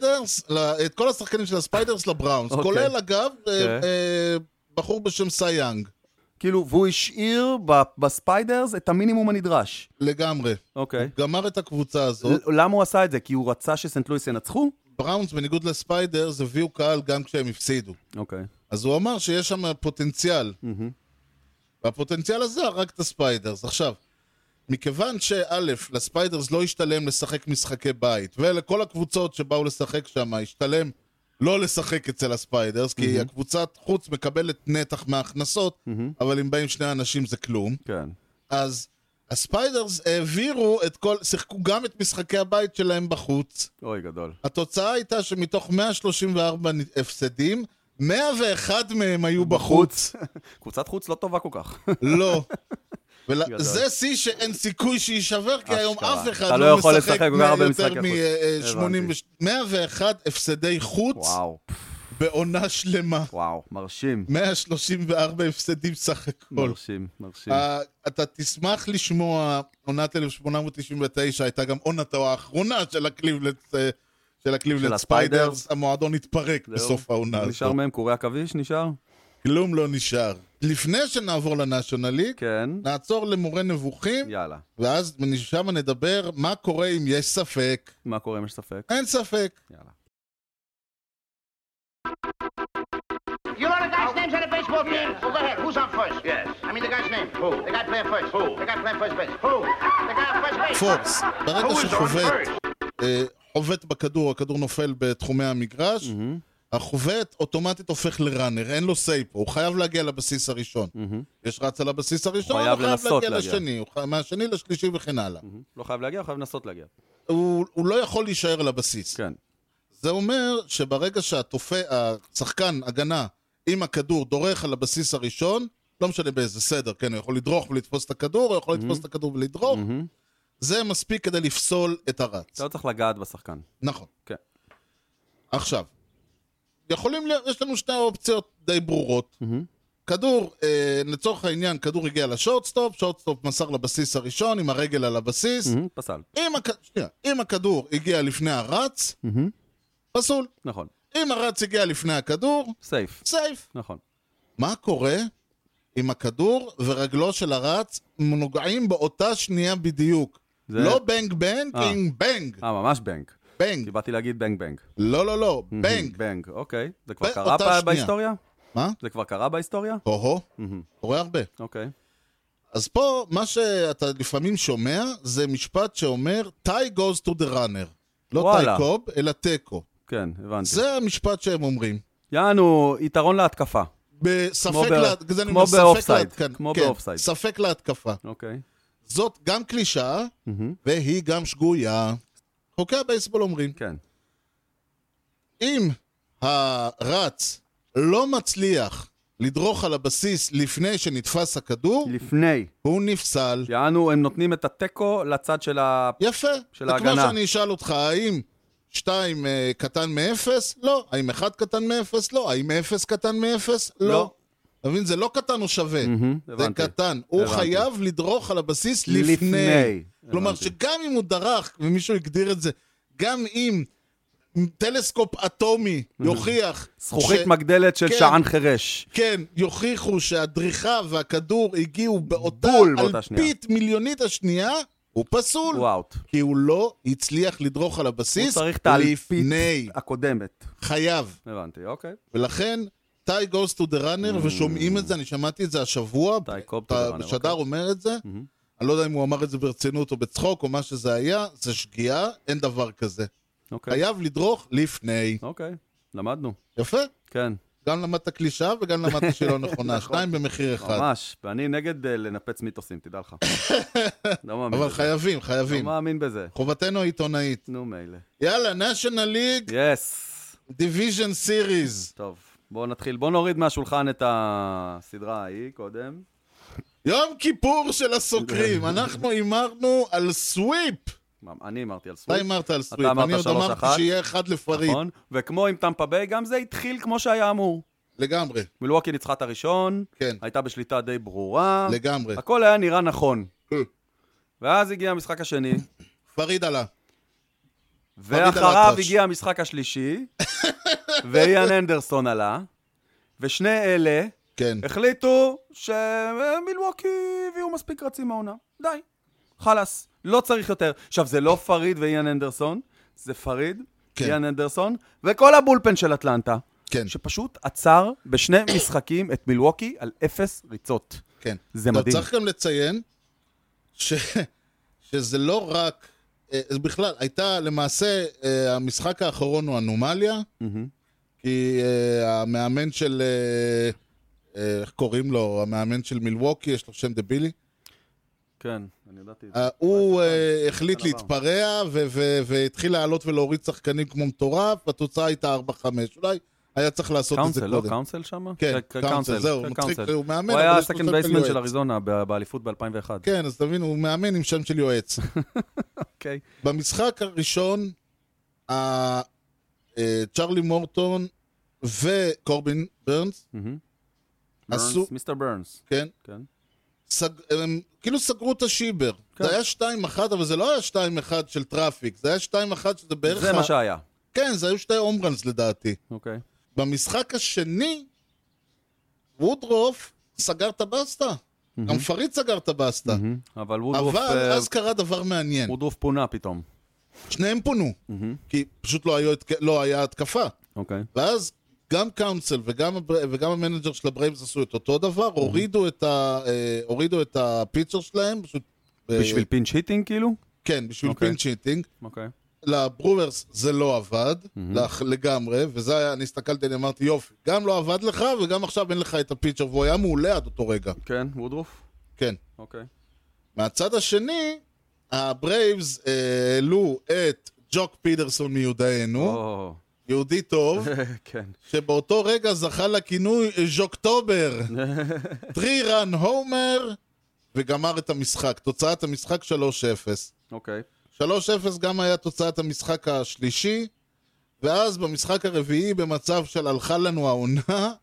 הספיידרס לבראונס, כולל אגב בחור בשם סי יאנג. כאילו, והוא השאיר בספיידרס את המינימום הנדרש. לגמרי. אוקיי. הוא גמר את הקבוצה הזאת. למה הוא עשה את זה? כי הוא רצה שסנט לואיס ינצחו? בראונס, בניגוד לספיידרס, הביאו קהל גם כשהם הפסידו. אוקיי. אז הוא אמר שיש שם פוטנציאל. והפוטנציאל הזה הרג את הספיידרס. עכשיו, מכיוון שא', לספיידרס לא השתלם לשחק משחקי בית, ולכל הקבוצות שבאו לשחק שם, השתלם לא לשחק אצל הספיידרס, כי הקבוצת חוץ מקבלת נתח מההכנסות, אבל אם באים שני אנשים זה כלום. כן. אז הספיידרס העבירו שיחקו גם את משחקי הבית שלהם בחוץ. אוי, גדול. התוצאה הייתה שמתוך 134 הפסדים, 101 מהם היו בחוץ. קבוצת חוץ לא טובה כל כך. לא. זה שיא שאין סיכוי שישבר, כי היום אף אחד לא משחק יותר מ-101 הפסדי חוץ בעונה שלמה. וואו, מרשים. 134 הפסדים סך הכל. מרשים. אתה תשמח לשמוע, עונת 1899 הייתה גם עונתו האחרונה של הקליבלנד ספיידרס. המועדון התפרק בסוף העונה. נשאר מהם קורי עכביש? נשאר? כלום לא נשאר. לפני שנעבור לנאשונל ליג, כן. נעצור למורה נבוכים, יאללה. ואז משם נדבר מה קורה אם יש ספק. מה קורה אם יש ספק? אין ספק. יאללה. You know the guy's names on the baseball team? Well, go ahead. Who's on first? Yes. I mean the guy's name. Who? The guy playing first. Who? The guy playing first base. Who? The guy on first base. פורס. ברגע שחובט בכדור, הכדור נופל בתחומי המגרש, החובט אוטומטית הופך לראנר, אין לו סייפ, הוא חייב להגיע לבסיס הראשון. יש רץ על הבסיס הראשון, הוא חייב להגיע לשני, מהשני לשלישי וכן הלאה. לא חייב להגיע, הוא חייב לנסות להגיע. הוא לא יכול להישאר על הבסיס. כן. זה אומר שברגע שהשחקן הגנה עם הכדור דורך על הבסיס הראשון, לא משנה באיזה סדר, כן, הוא יכול לדרוך ולתפוס את הכדור, הוא יכול לתפוס את הכדור ולדרוך, זה מספיק כדי לפסול את הרץ. אתה לא צריך לגעת בשחקן. נכון. כן. עכשיו, יש לנו שתי אופציות די ברורות. כדור, לצורך העניין, כדור הגיע לשורטסטופ, שורטסטופ מסר לבסיס הראשון, עם הרגל על הבסיס. פסל. אם הכדור הגיע לפני הרץ, פסול. נכון. אם הרץ הגיע לפני הכדור, סייף. נכון. מה קורה אם הכדור ורגלו של הרץ נוגעים באותה שנייה בדיוק? לא בנג בנג, בנג. ממש בנג. בנג. כי באתי להגיד בנג בנג. לא, בנג. בנג, אוקיי. זה כבר קרה בהיסטוריה? מה? זה כבר קרה בהיסטוריה? קורה הרבה. אוקיי. אז פה, מה שאתה לפעמים שומע, זה משפט שאומר, tie goes to the runner. לא טייקוב, אלא טקו. כן, הבנתי. זה המשפט שהם אומרים. יענו, יתרון להתקפה. כמו באופסייד. כמו באופסייד. ספק להתקפה. אוקיי. זאת גם קלישה, והיא גם שגויה. חוקי הבייסבול אומרים. כן. אם הרץ לא מצליח לדרוך על הבסיס לפני שנתפס הכדור, הוא נפסל. יענו, הם נותנים את הטקו לצד של ההגנה. יפה. זה כמו שאני אשאל אותך, האם 2 קטן מ-0? לא. האם 1 קטן מ-0? לא. האם 0 קטן מ-0? לא. אתה מבין, זה לא קטן או שווה. זה קטן. הוא חייב לדרוך על הבסיס לפני. כלומר, שגם אם הוא דרך, ומישהו הגדיר את זה, גם אם טלסקופ אטומי יוכיח... זכוכית מגדלת של שען חרש. כן, יוכיחו שהדריכה והכדור הגיעו באותה אלפית מיליונית השנייה, הוא פסול. כי הוא לא הצליח לדרוך על הבסיס לפני. הוא צריך את האלפית הקודמת. חייב. הבנתי, אוקיי. ולכן, tie goes to the runner, ושומעים את זה, אני שמעתי את זה השבוע, השדר אומר את זה, אני לא יודע אם הוא אמר את זה ברצינות או בצחוק או מה שזה היה, זה שגיאה, אין דבר כזה. חייב לדרוך לפני. אוקיי, למדנו. יפה? כן. גם למדת קלישה וגם למדת שהיא לא נכונה. 2 במחיר אחד. ממש, ואני נגד לנפץ מיתוסים, תדע לך. אבל חייבים. לא מאמין בזה. חובתנו העיתונאית. נו, מילא. יאללה, National League. Division Series. טוב, בואו נתחיל. בואו נוריד מהשולחן את הסדרה ההיא קודם. יום כיפור של הסוקרים. אנחנו הימרנו על סוויפ. אני אמרתי על סוויפ. אתה אמרת על סוויפ. אני עוד אמרתי שיהיה 1 לפריד. נכון, וכמו עם טמפה ביי, גם זה התחיל כמו שהיה אמור. לגמרי. מילווקי ניצחה את הראשון, כן. הייתה בשליטה די ברורה. לגמרי. הכל היה נראה נכון. ואז הגיע המשחק השני. פריד עלה. ואחריו הגיע המשחק השלישי, ואיאן אנדרסון עלה, ושני אלה החליטו שמילווקי הביאו מספיק רצים מהעונה. די. חלס, לא צריך יותר. עכשיו, זה לא פריד ואיאן אנדרסון, זה פריד, איאן אנדרסון, וכל הבולפן של אטלנטה, שפשוט עצר בשני משחקים את מילווקי על 0 ריצות. כן. זה מדהים. צריך גם לציין שזה לא רק, בכלל, הייתה למעשה, המשחק האחרון הוא אנומליה, כי המאמן של, איך קוראים לו, המאמן של מילווקי, יש לו שם דבילי, כן, אני ידעתי. הוא החליט להתפרע והתחיל לעלות ולהוריד שחקנים כמו מטורף, והתוצאה הייתה 4-5. אולי היה צריך לעשות את זה קודם. קאונסל, לא? קאונסל שם? כן, קאונסל, זהו, מצחיק, הוא מאמן. הוא היה סקנד בייסמן של אריזונה באליפות ב-2001. כן, אז תבין, הוא מאמן עם שם של יועץ. אוקיי. במשחק הראשון, צ'רלי מורטון וקורבין ברנס, מיסטר ברנס. כן. הם כאילו סגרו את השיבר. זה היה 2-1, אבל זה לא היה 2-1 של טראפיק, זה היה 2-1 שזה בערך... זה מה שהיה. כן, זה היו 2 הומרנס לדעתי. אוקיי. במשחק השני, וודרוף סגר את הבסטה. גם פריד סגר את הבסטה. אבל אז קרה דבר מעניין. וודרוף פונה פתאום. שניהם פונו, כי פשוט לא היה התקפה. אוקיי. ואז גם קאונסל וגם המנג'ר של הברייבס עשו את אותו דבר, הורידו את הפיצ'ר שלהם. בשביל פינץ' היטינג כאילו? כן, בשביל פינץ' היטינג. אוקיי. לברוורס זה לא עבד, לגמרי, וזה היה, אני הסתכלתי, אני אמרתי, יופי, גם לא עבד לך, וגם עכשיו אין לך את הפיצ'ר, והוא היה מעולה עד אותו רגע. כן, וודרוף? כן. אוקיי. מהצד השני, הברייבס העלו את ג'וק פידרסון מיודענו, יהודי טוב, כן. שבאותו רגע זכה לכינוי ז'וקטובר. 3-run הומר, וגמר את המשחק. תוצאת המשחק 3-0. אוקיי. 3-0 גם היה תוצאת המשחק השלישי, ואז במשחק הרביעי, במצב של הלכה לנו העונה,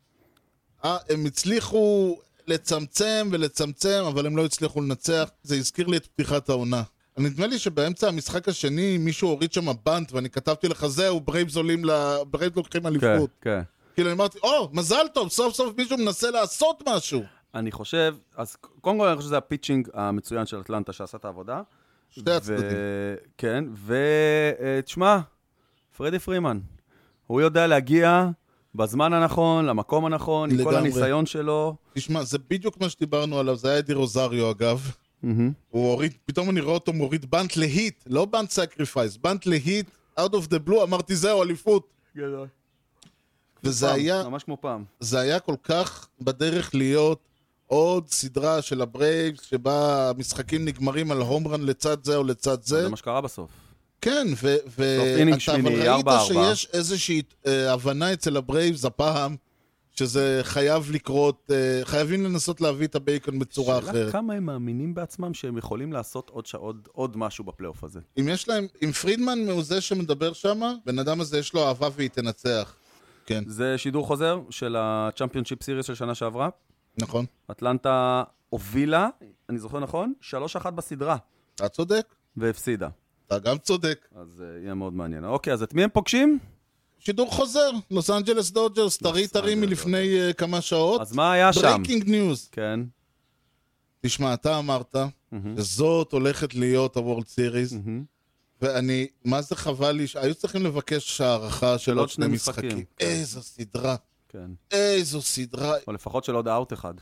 הם הצליחו לצמצם ולצמצם, אבל הם לא הצליחו לנצח. זה הזכיר לי את פתיחת העונה. נדמה לי שבאמצע המשחק השני מישהו הוריד שם בנט, ואני כתבתי לך זהו, ברייבס לוקחים אליפות. כן. כאילו אני אמרתי, מזל טוב, סוף סוף מישהו מנסה לעשות משהו. אני חושב, אז קודם כל אני חושב שזה הפיצ'ינג המצוין של אטלנטה שעשה את העבודה. שתי הצדדים. כן, ותשמע, פרדי פרימן, הוא יודע להגיע בזמן הנכון, למקום הנכון, עם כל הניסיון שלו. תשמע, זה בדיוק מה שדיברנו עליו, זה היה אדי רוזריו אגב. הוא הוריד, פתאום אני רואה אותו מוריד בנט להיט, לא בנט סקריפייס, בנט להיט, out of the blue, אמרתי זהו, אליפות. גדול. וזה היה, ממש כמו פעם. זה היה כל כך בדרך להיות עוד סדרה של הברייבס, שבה המשחקים נגמרים על הומרן לצד זה או לצד זה. זה מה שקרה בסוף. כן, ואתה אבל ראית שיש איזושהי הבנה אצל הברייבס הפעם, שזה חייב לקרות, חייבים לנסות להביא את הבייקון בצורה אחרת. שאלה כמה הם מאמינים בעצמם שהם יכולים לעשות עוד משהו בפלייאוף הזה. אם פרידמן הוא זה שמדבר שם, בן אדם הזה יש לו אהבה והיא תנצח. כן. זה שידור חוזר של הצ'מפיונשיפ סיריס של שנה שעברה. נכון. אטלנטה הובילה, אני זוכר נכון, 3-1 בסדרה. אתה צודק. והפסידה. אתה גם צודק. אז יהיה מאוד מעניין. אוקיי, אז את מי הם פוגשים? שידור חוזר, לוס אנג'לס דודג'רס, טרי מלפני כמה שעות. אז מה היה שם? ברייקינג ניוז. כן. תשמע, אתה אמרת שזאת הולכת להיות הוורלד סיריז, ואני, מה זה חבל לי, היו צריכים לבקש הערכה של עוד שני משחקים. איזו סדרה. כן. איזו סדרה. או לפחות של עוד אאוט אחד.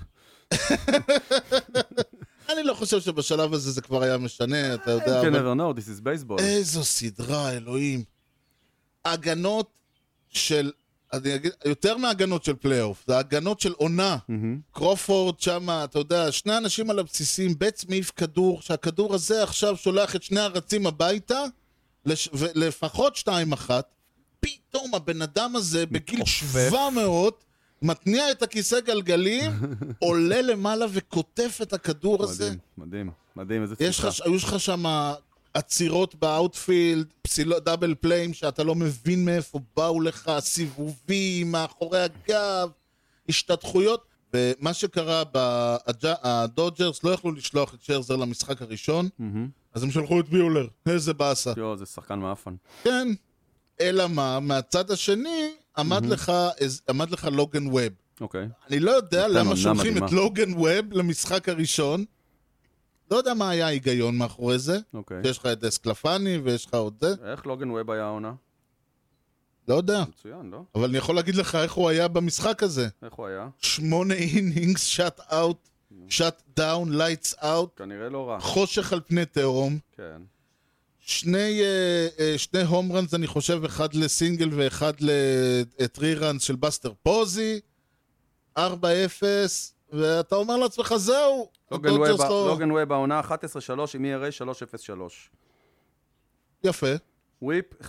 אני לא חושב שבשלב הזה זה כבר היה משנה, אתה יודע. You can never know, this is baseball. איזו סדרה, אלוהים. הגנות של, אני אגיד, יותר מהגנות של פלייאוף, זה הגנות של עונה. קרופורד שמה, אתה יודע, שני אנשים על הבסיסים, בץ מעיף כדור, שהכדור הזה עכשיו שולח את שני הרצים הביתה, לפחות 2-1, פתאום הבן אדם הזה בגיל 700, מתניע את הכיסא גלגלים, עולה למעלה וכותף את הכדור הזה. מדהים, מדהים, איזה צליחה. היו לך שם עצירות באוטפילד, דאבל פליים שאתה לא מבין מאיפה באו לך, סיבובים, מאחורי הגב, השתתחויות. ומה שקרה, הדודג'רס לא יכלו לשלוח את שרזר למשחק הראשון, אז הם שלחו את ביולר, איזה באסה. יו, זה שחקן מאפן. כן, אלא מה, מהצד השני עמד לך לוגן ווב. אוקיי. אני לא יודע למה שולחים את לוגן ווב למשחק הראשון. לא יודע מה היה ההיגיון מאחורי זה. אוקיי. שיש לך את אסקלפני ויש לך עוד זה. איך לוגן ווב היה העונה? לא יודע. מצוין, לא? אבל אני יכול להגיד לך איך הוא היה במשחק הזה. איך הוא היה? 8 אינינגס, שאט אאוט, שאט דאון, לייטס אאוט. כנראה לא רע. חושך על פני תהום. כן. שני הומרנס, אני חושב, אחד לסינגל ואחד לטרי-רנס של בסטר פוזי. 4-0, ואתה אומר לעצמך, זהו. לוגן ווב העונה 11-3 עם ERA 3.03. יפה. וויפ 1.11.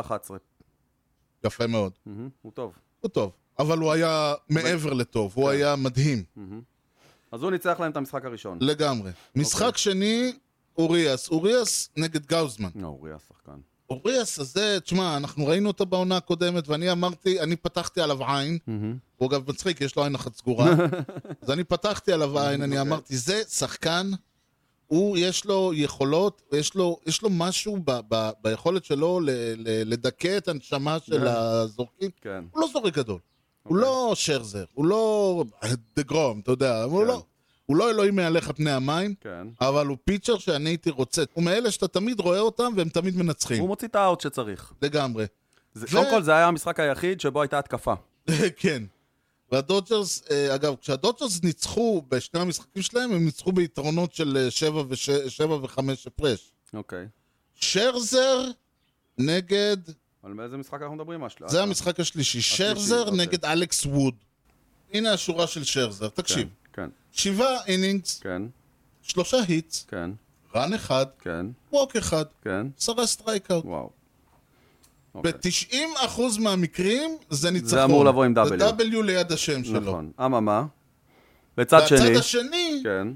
יפה מאוד. הוא טוב. הוא טוב, אבל הוא היה מעבר לטוב, הוא היה מדהים. אז הוא ניצח להם את המשחק הראשון. לגמרי. משחק שני, אוריאס נגד גאוזמן. אוריאס שחקן. אוריאס הזה, תשמע, אנחנו ראינו אותו בעונה הקודמת, ואני אמרתי, אני פתחתי עליו עין, הוא אגב מצחיק, יש לו עין אחת סגורה, אז אני פתחתי עליו עין, אני אמרתי, זה שחקן, יש לו יכולות, יש לו משהו ביכולת שלו לדכא את הנשמה של הזורקים, הוא לא זורק גדול, הוא לא שרזר, הוא לא דגרום, אתה יודע, הוא לא אלוהים מעליך פני המים, אבל הוא פיצ'ר שאני הייתי רוצה. הוא מאלה שאתה תמיד רואה אותם והם תמיד מנצחים. הוא מוציא את האוט שצריך. לגמרי. קודם כל זה היה המשחק היחיד שבו הייתה התקפה. כן. והדודג'רס, אגב, כשהדודג'רס ניצחו בשני המשחקים שלהם, הם ניצחו ביתרונות של 7 ו-5 הפרש. אוקיי. שרזר נגד... על באיזה משחק אנחנו מדברים? זה המשחק השלישי. שרזר נגד אלכס ווד. הנה השורה של שרזר, תקשיב. כן. 7 אינינגס, כן. 3 היטס, כן. רן אחד, כן. ווק אחד, כן. 10 סטרייקאוט. וואו. ב-90% מהמקרים זה ניצחון. זה אמור לבוא עם W. זה W ליד השם שלו. נכון. אממה? בצד השני, כן.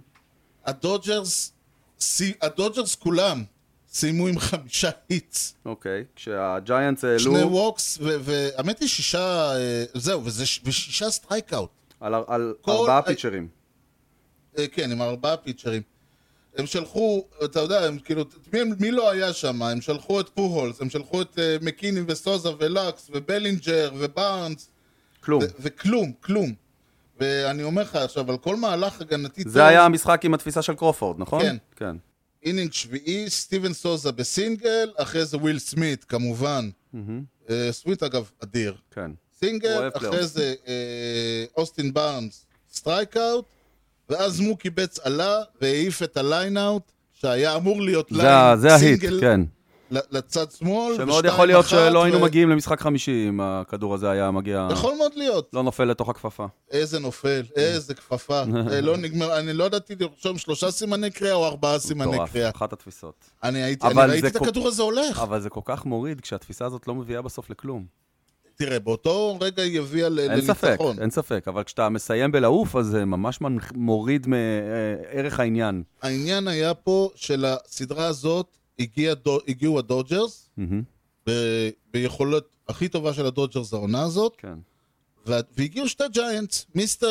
הדודג'רס כולם סיימו עם 5 היטס. אוקיי, כשהג'יינטס העלו... 2 ווקס, והאמת היא 6, זהו, ו6 סטרייקאוט. על 4 פיצ'רים. כן, עם 4 פיצ'רים. הם שלחו, אתה יודע, הם כאילו, מי לא היה שם? הם שלחו את פוהולס, הם שלחו את מקיני וסוזה ולקס ובלינג'ר ובארנס. כלום. וכלום. ואני אומר לך עכשיו, על כל מהלך הגנתי טוב... זה היה המשחק עם התפיסה של קרופורד, נכון? כן. אינינג שביעי, סטיבן סוזה בסינגל, אחרי זה וויל סמית, כמובן. סמית אגב, אדיר. כן. סינגל, אחרי זה אוסטין בארנס, סטרייקאוט, ואז מוקי בץ עלה והעיף את הליין-אאוט, שהיה אמור להיות סינגל כן. לצד שמאל. שמאוד יכול להיות שלא היינו מגיעים למשחק 50 אם הכדור הזה היה מגיע... יכול מאוד להיות. לא נופל לתוך הכפפה. איזה נופל, איזה כפפה. לא נגמר, אני לא ידעתי לרשום 3 סימני קריאה או 4 סימני קריאה. אחת התפיסות. אני ראיתי את הכדור הזה הולך. אבל זה כל כך מוריד כשהתפיסה הזאת לא מביאה בסוף לכלום. תראה, באותו רגע היא הביאה לניצחון. אין ספף, אבל כשאתה מסיים בלעוף, אז זה ממש מוריד מערך העניין. העניין היה פה שלסדרה הזאת הגיעו הדודג'רס, ביכולת הכי טובה של הדודג'רס העונה הזאת, כן. והגיעו 2 ג'יינטס,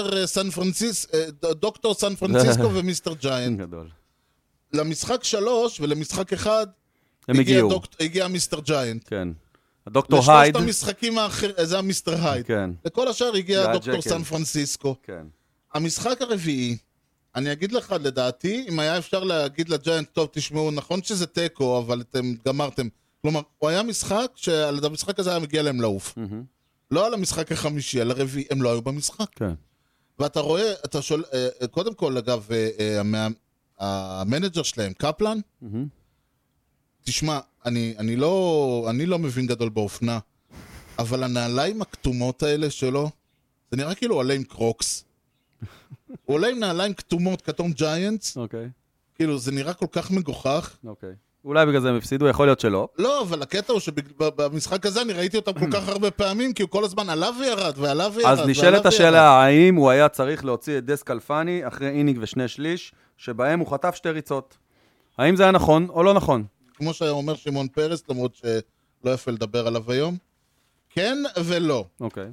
דוקטור סן פרנסיסקו ומיסטר ג'יינט. גדול. למשחק 3 ולמשחק 1, הם הגיעו. הגיע מיסטר ג'יינט. כן. הדוקטור הייד. לשלושת המשחקים האחרים, זה היה מיסטר הייד. כן. לכל השאר הגיע דוקטור סן פרנסיסקו. כן. המשחק הרביעי, אני אגיד לך, לדעתי, אם היה אפשר להגיד לג'יינט, טוב, תשמעו, נכון שזה טקו, אבל אתם גמרתם. כלומר, הוא היה משחק, שעל המשחק הזה היה מגיע להם לעוף. לא על המשחק החמישי, על הרביעי, הם לא היו במשחק. כן. ואתה רואה, קודם כל, אגב, המנג'ר שלהם, קפלן, תשמע, אני לא מבין גדול באופנה, אבל הנעליים הכתומות האלה שלו, זה נראה כאילו עולה עם קרוקס. הוא עולה עם נעליים כתומות, כתום ג'יינטס. אוקיי. כאילו, זה נראה כל כך מגוחך. אוקיי. אולי בגלל זה הם הפסידו, יכול להיות שלא. לא, אבל הקטע הוא שבמשחק הזה אני ראיתי אותם כל כך הרבה פעמים, כי הוא כל הזמן עלה וירד, ועלה וירד. אז נשאלת השאלה, האם הוא היה צריך להוציא את דסק אלפני אחרי אינינג ו2 שליש, שבהם הוא חטף 2 ריצות. האם זה היה נכון או לא נכון? כמו שהיה אומר שמעון פרס, למרות שלא יפה לדבר עליו היום. כן ולא. אוקיי.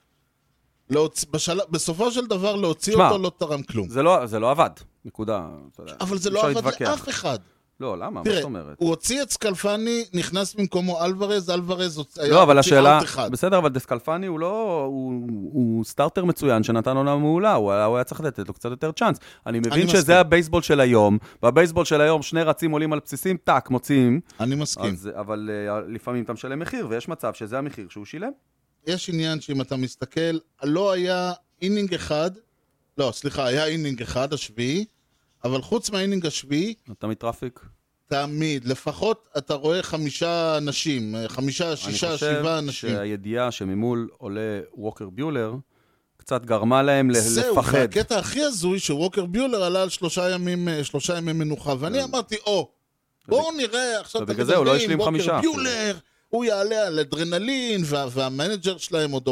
בסופו של דבר להוציא אותו לא תרם כלום. זה לא עבד, נקודה. אבל זה לא עבד לאף אחד. לא, למה? מה זאת אומרת? הוא הוציא את סקלפני, נכנס במקומו אלוורז היה... לא, אבל השאלה... בסדר, אבל דסקלפני הוא לא... הוא סטארטר מצוין שנתן עונה מעולה, הוא היה צריך לתת לו קצת יותר צ'אנס. אני מבין שזה הבייסבול של היום, והבייסבול של היום 2 רצים עולים על בסיסים, טק, מוציאים. אני מסכים. אבל לפעמים אתה משלם מחיר, ויש מצב שזה המחיר שהוא שילם. יש עניין שאם אתה מסתכל, לא היה אינינג אחד, לא, סליחה, היה אינינג אחד, השביעי, אבל חוץ מהאינינג השביעי... אתה מטראפיק? תמיד, לפחות אתה רואה 5 אנשים, 5, 6, 7 אנשים. אני חושב שהידיעה שממול עולה ווקר ביולר, קצת גרמה להם לפחד. זהו, והקטע הכי הזוי שווקר ביולר עלה על 3 ימים מנוחה, ואני אמרתי, בואו נראה, עכשיו אתם מדברים, ווקר ביולר, הוא יעלה על אדרנלין, והמנג'ר שלהם עוד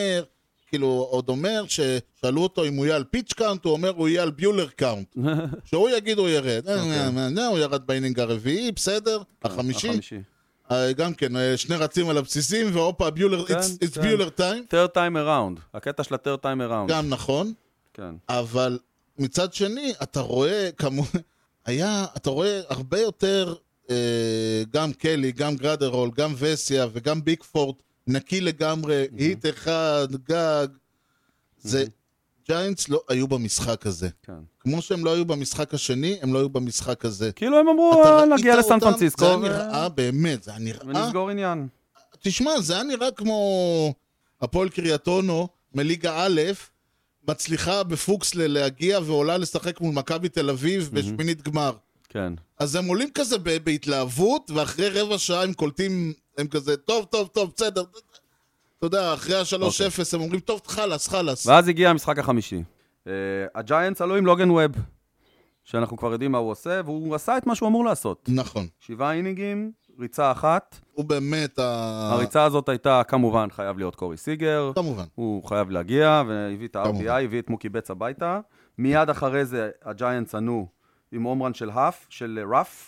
אומר, ששאלו אותו אם הוא יהיה על פיץ' קאונט, הוא אומר הוא יהיה על ביולר קאונט. שהוא יגיד הוא ירד. הוא ירד באינינג הרביעי, בסדר? החמישי. גם כן, 2 רצים על הבסיסים, ואופה, it's ביולר טיים. third time around. הקטע של ה-third time around. גם נכון. אבל מצד שני, אתה רואה, אתה רואה הרבה יותר, גם קלי, גם גרדרול, גם וסיה וגם ביקפורד, נקי לגמרי, היט אחד, גג. זה, ג'יינטס לא היו במשחק הזה. כמו שהם לא היו במשחק השני, הם לא היו במשחק הזה. כאילו הם אמרו, נגיע לסן פרנסיסקו. זה היה נראה, באמת, זה היה נראה... ונסגור עניין. תשמע, זה היה נראה כמו הפועל קריית אונו, מליגה א', מצליחה בפוקס להגיע ועולה לשחק מול מכבי תל אביב בשמינית גמר. כן. אז הם עולים כזה בהתלהבות, ואחרי רבע שעה הם קולטים, הם כזה, טוב, בסדר. אתה יודע, אחרי ה-3-0 הם אומרים, טוב, חלס. ואז הגיע המשחק החמישי. הג'יינטס עלו עם לוגן ווב, שאנחנו כבר יודעים מה הוא עושה, והוא עשה את מה שהוא אמור לעשות. נכון. 7 אינינגים, ריצה אחת. הוא באמת הריצה הזאת הייתה, כמובן, חייב להיות קורי סיגר. כמובן. הוא חייב להגיע, והביא את ה-RBI, הביא את מוקי בץ הביתה. מיד אחרי זה, הג'יינטס ענו עם עומרן של האף, של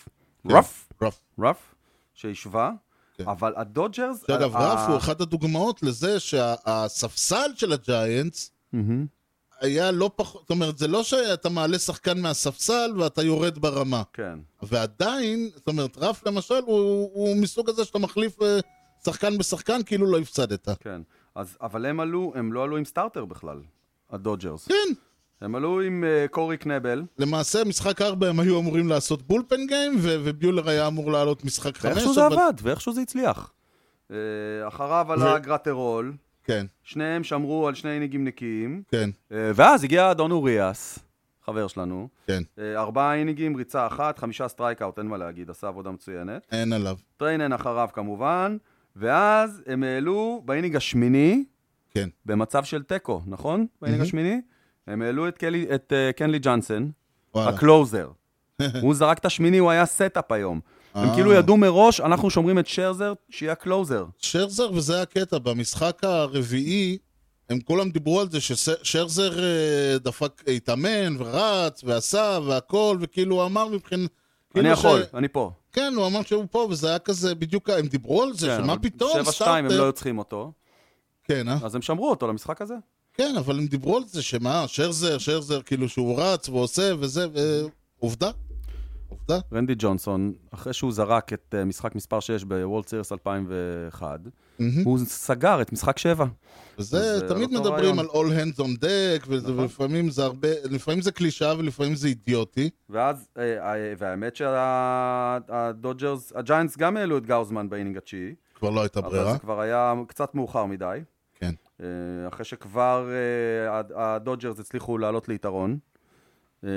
רף, שישבה. אבל הדודג'רס... שאגב, רף הוא אחת הדוגמאות לזה שהספסל של הג'יינטס היה לא פחות... זאת אומרת, זה לא שאתה מעלה שחקן מהספסל ואתה יורד ברמה. כן. ועדיין, זאת אומרת, רף למשל הוא מסוג הזה שאתה מחליף שחקן בשחקן כאילו לא הפסדת. כן. אבל הם לא עלו עם סטארטר בכלל, הדודג'רס. כן. הם עלו עם קורי קנבל. למעשה, משחק 4 הם היו אמורים לעשות בולפן גיים, וביולר היה אמור לעלות משחק 5. ואיכשהו זה עבד, ואיכשהו זה הצליח. אחריו עלה גרטרול. כן. שניהם שמרו על 2 אינינגים נקיים. כן. ואז הגיע דון אוריאס, חבר שלנו. כן. 4 אינינגים, ריצה 1, 5 סטרייקאוט, אין מה להגיד, עשה עבודה מצוינת. אין עליו. טריינן אחריו כמובן. ואז הם העלו באינינג השמיני, כן. במצב של טקו, נכון? באינינג השמיני? הם העלו את קנלי ג'אנסן, הקלוזר. הוא זרק את השמיני, הוא היה סטאפ היום. הם כאילו ידעו מראש, אנחנו שומרים את שרזר, שיהיה קלוזר. שרזר, וזה היה הקטע, במשחק הרביעי, הם כולם דיברו על זה ששרזר דפק, התאמן ורץ ועשה והכל, וכאילו הוא אמר מבחינת... אני יכול, אני פה. כן, הוא אמר שהוא פה, וזה היה כזה, בדיוק, הם דיברו על זה, שמה פתאום, 7-2 הם לא יוצאים אותו. כן, אז הם שמרו אותו למשחק הזה. כן, אבל הם דיברו על זה, שמה, שרזר, כאילו שהוא רץ ועושה וזה, עובדה. רנדי ג'ונסון, אחרי שהוא זרק את משחק מספר 6 בוולד סיריס 2001, הוא סגר את משחק 7. וזה, תמיד מדברים על all hands on deck, ולפעמים זה הרבה, לפעמים זה קלישה ולפעמים זה אידיוטי. ואז, והאמת שהדודג'רס, הג'יינטס גם העלו את גאוזמן באינינג התשיעי. כבר לא הייתה ברירה. אבל זה כבר היה קצת מאוחר מדי. כן. אחרי הדודג'רס הצליחו לעלות ליתרון. 2-1.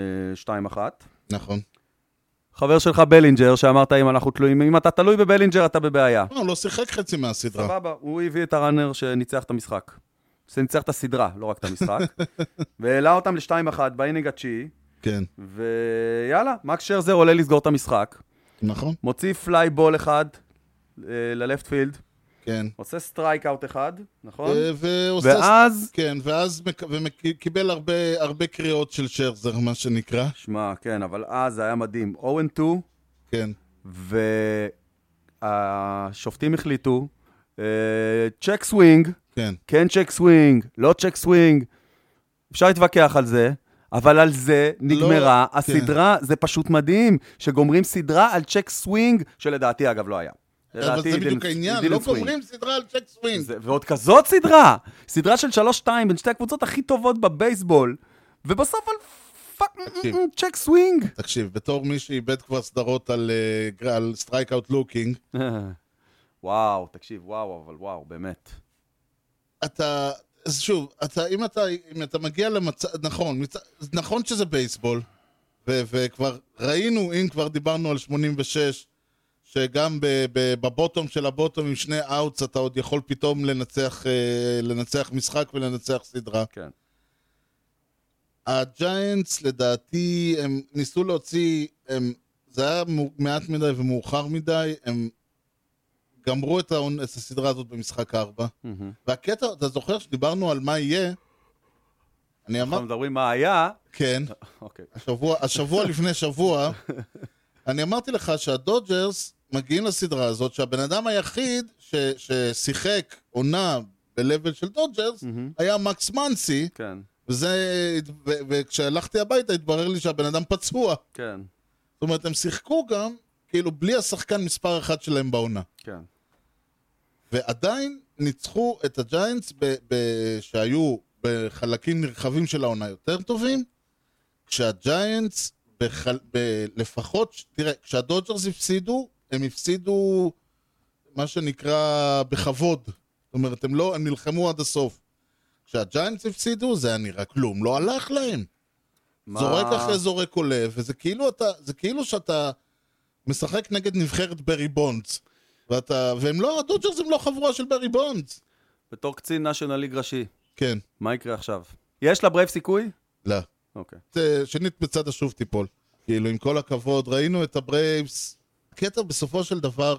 נכון. חבר שלך בלינג'ר, שאמרת אם אתה תלוי בבלינג'ר, אתה בבעיה. לא שיחק חצי מהסדרה. סבבה, הוא הביא את הראנר שניצח את המשחק. שניצח את הסדרה, לא רק את המשחק. והעלה אותם ל-2-1 באינינג התשיעי. כן. ויאללה, מקס שרזר עולה לסגור את המשחק. נכון. מוציא פליי בול אחד ללפט פילד. כן. עושה סטרייק אאוט אחד, נכון? ואז... כן, ואז קיבל הרבה קריאות של שרזר, מה שנקרא. שמע, כן, אבל אז זה היה מדהים. 0-2. כן. והשופטים החליטו, צ'ק סווינג, כן צ'ק סווינג, לא צ'ק סווינג. אפשר להתווכח על זה, אבל על זה נגמרה הסדרה. זה פשוט מדהים, שגומרים סדרה על צ'ק סווינג, שלדעתי אגב לא היה. אבל זה בדיוק העניין, לא גומרים סדרה על צ'ק סווינג. ועוד כזאת סדרה, סדרה של 3-2 בין שתי הקבוצות הכי טובות בבייסבול, ובסוף על צ'ק סווינג. תקשיב, בתור מי שאיבד כבר סדרות על סטרייק אאוט לוקינג. וואו, תקשיב, וואו, אבל וואו, באמת. אז שוב, אם אתה מגיע למצב, נכון שזה בייסבול, וכבר ראינו, אם כבר דיברנו על 86, שגם בבוטום של הבוטום עם 2 אאוטס אתה עוד יכול פתאום לנצח משחק ולנצח סדרה. כן. הג'יינטס לדעתי הם ניסו להוציא, זה היה מעט מדי ומאוחר מדי, הם גמרו את הסדרה הזאת במשחק 4. והקטע, אתה זוכר שדיברנו על מה יהיה? אנחנו מדברים מה היה? כן. השבוע לפני שבוע, אני אמרתי לך שהדודג'רס מגיעים לסדרה הזאת, שהבן אדם היחיד ששיחק עונה בלבל של דודג'רס, היה מקס מנסי, כן. וכשהלכתי הביתה התברר לי שהבן אדם פצוע. כן. זאת אומרת, הם שיחקו גם, כאילו בלי השחקן מספר 1 שלהם בעונה. כן. ועדיין ניצחו את הג'יינטס שהיו בחלקים נרחבים של העונה יותר טובים, כשהג'יינטס לפחות, תראה, כשהדודג'רס הפסידו, הם הפסידו מה שנקרא בכבוד. זאת אומרת, הם נלחמו עד הסוף. כשהג'יינטס הפסידו, זה היה נראה כלום, לא הלך להם. זורק אחרי זורק עולה, וזה כאילו שאתה משחק נגד נבחרת ברי בונדס. והם לא, הדודג'רס הם לא חבורה של ברי בונדס. בתור קצין נשיונל ליג ראשי. כן. מה יקרה עכשיו? יש לברייב סיכוי? לא. אוקיי. שנית בצד השוב תיפול. כאילו, עם כל הכבוד, ראינו את הברייבס. הקטע בסופו של דבר,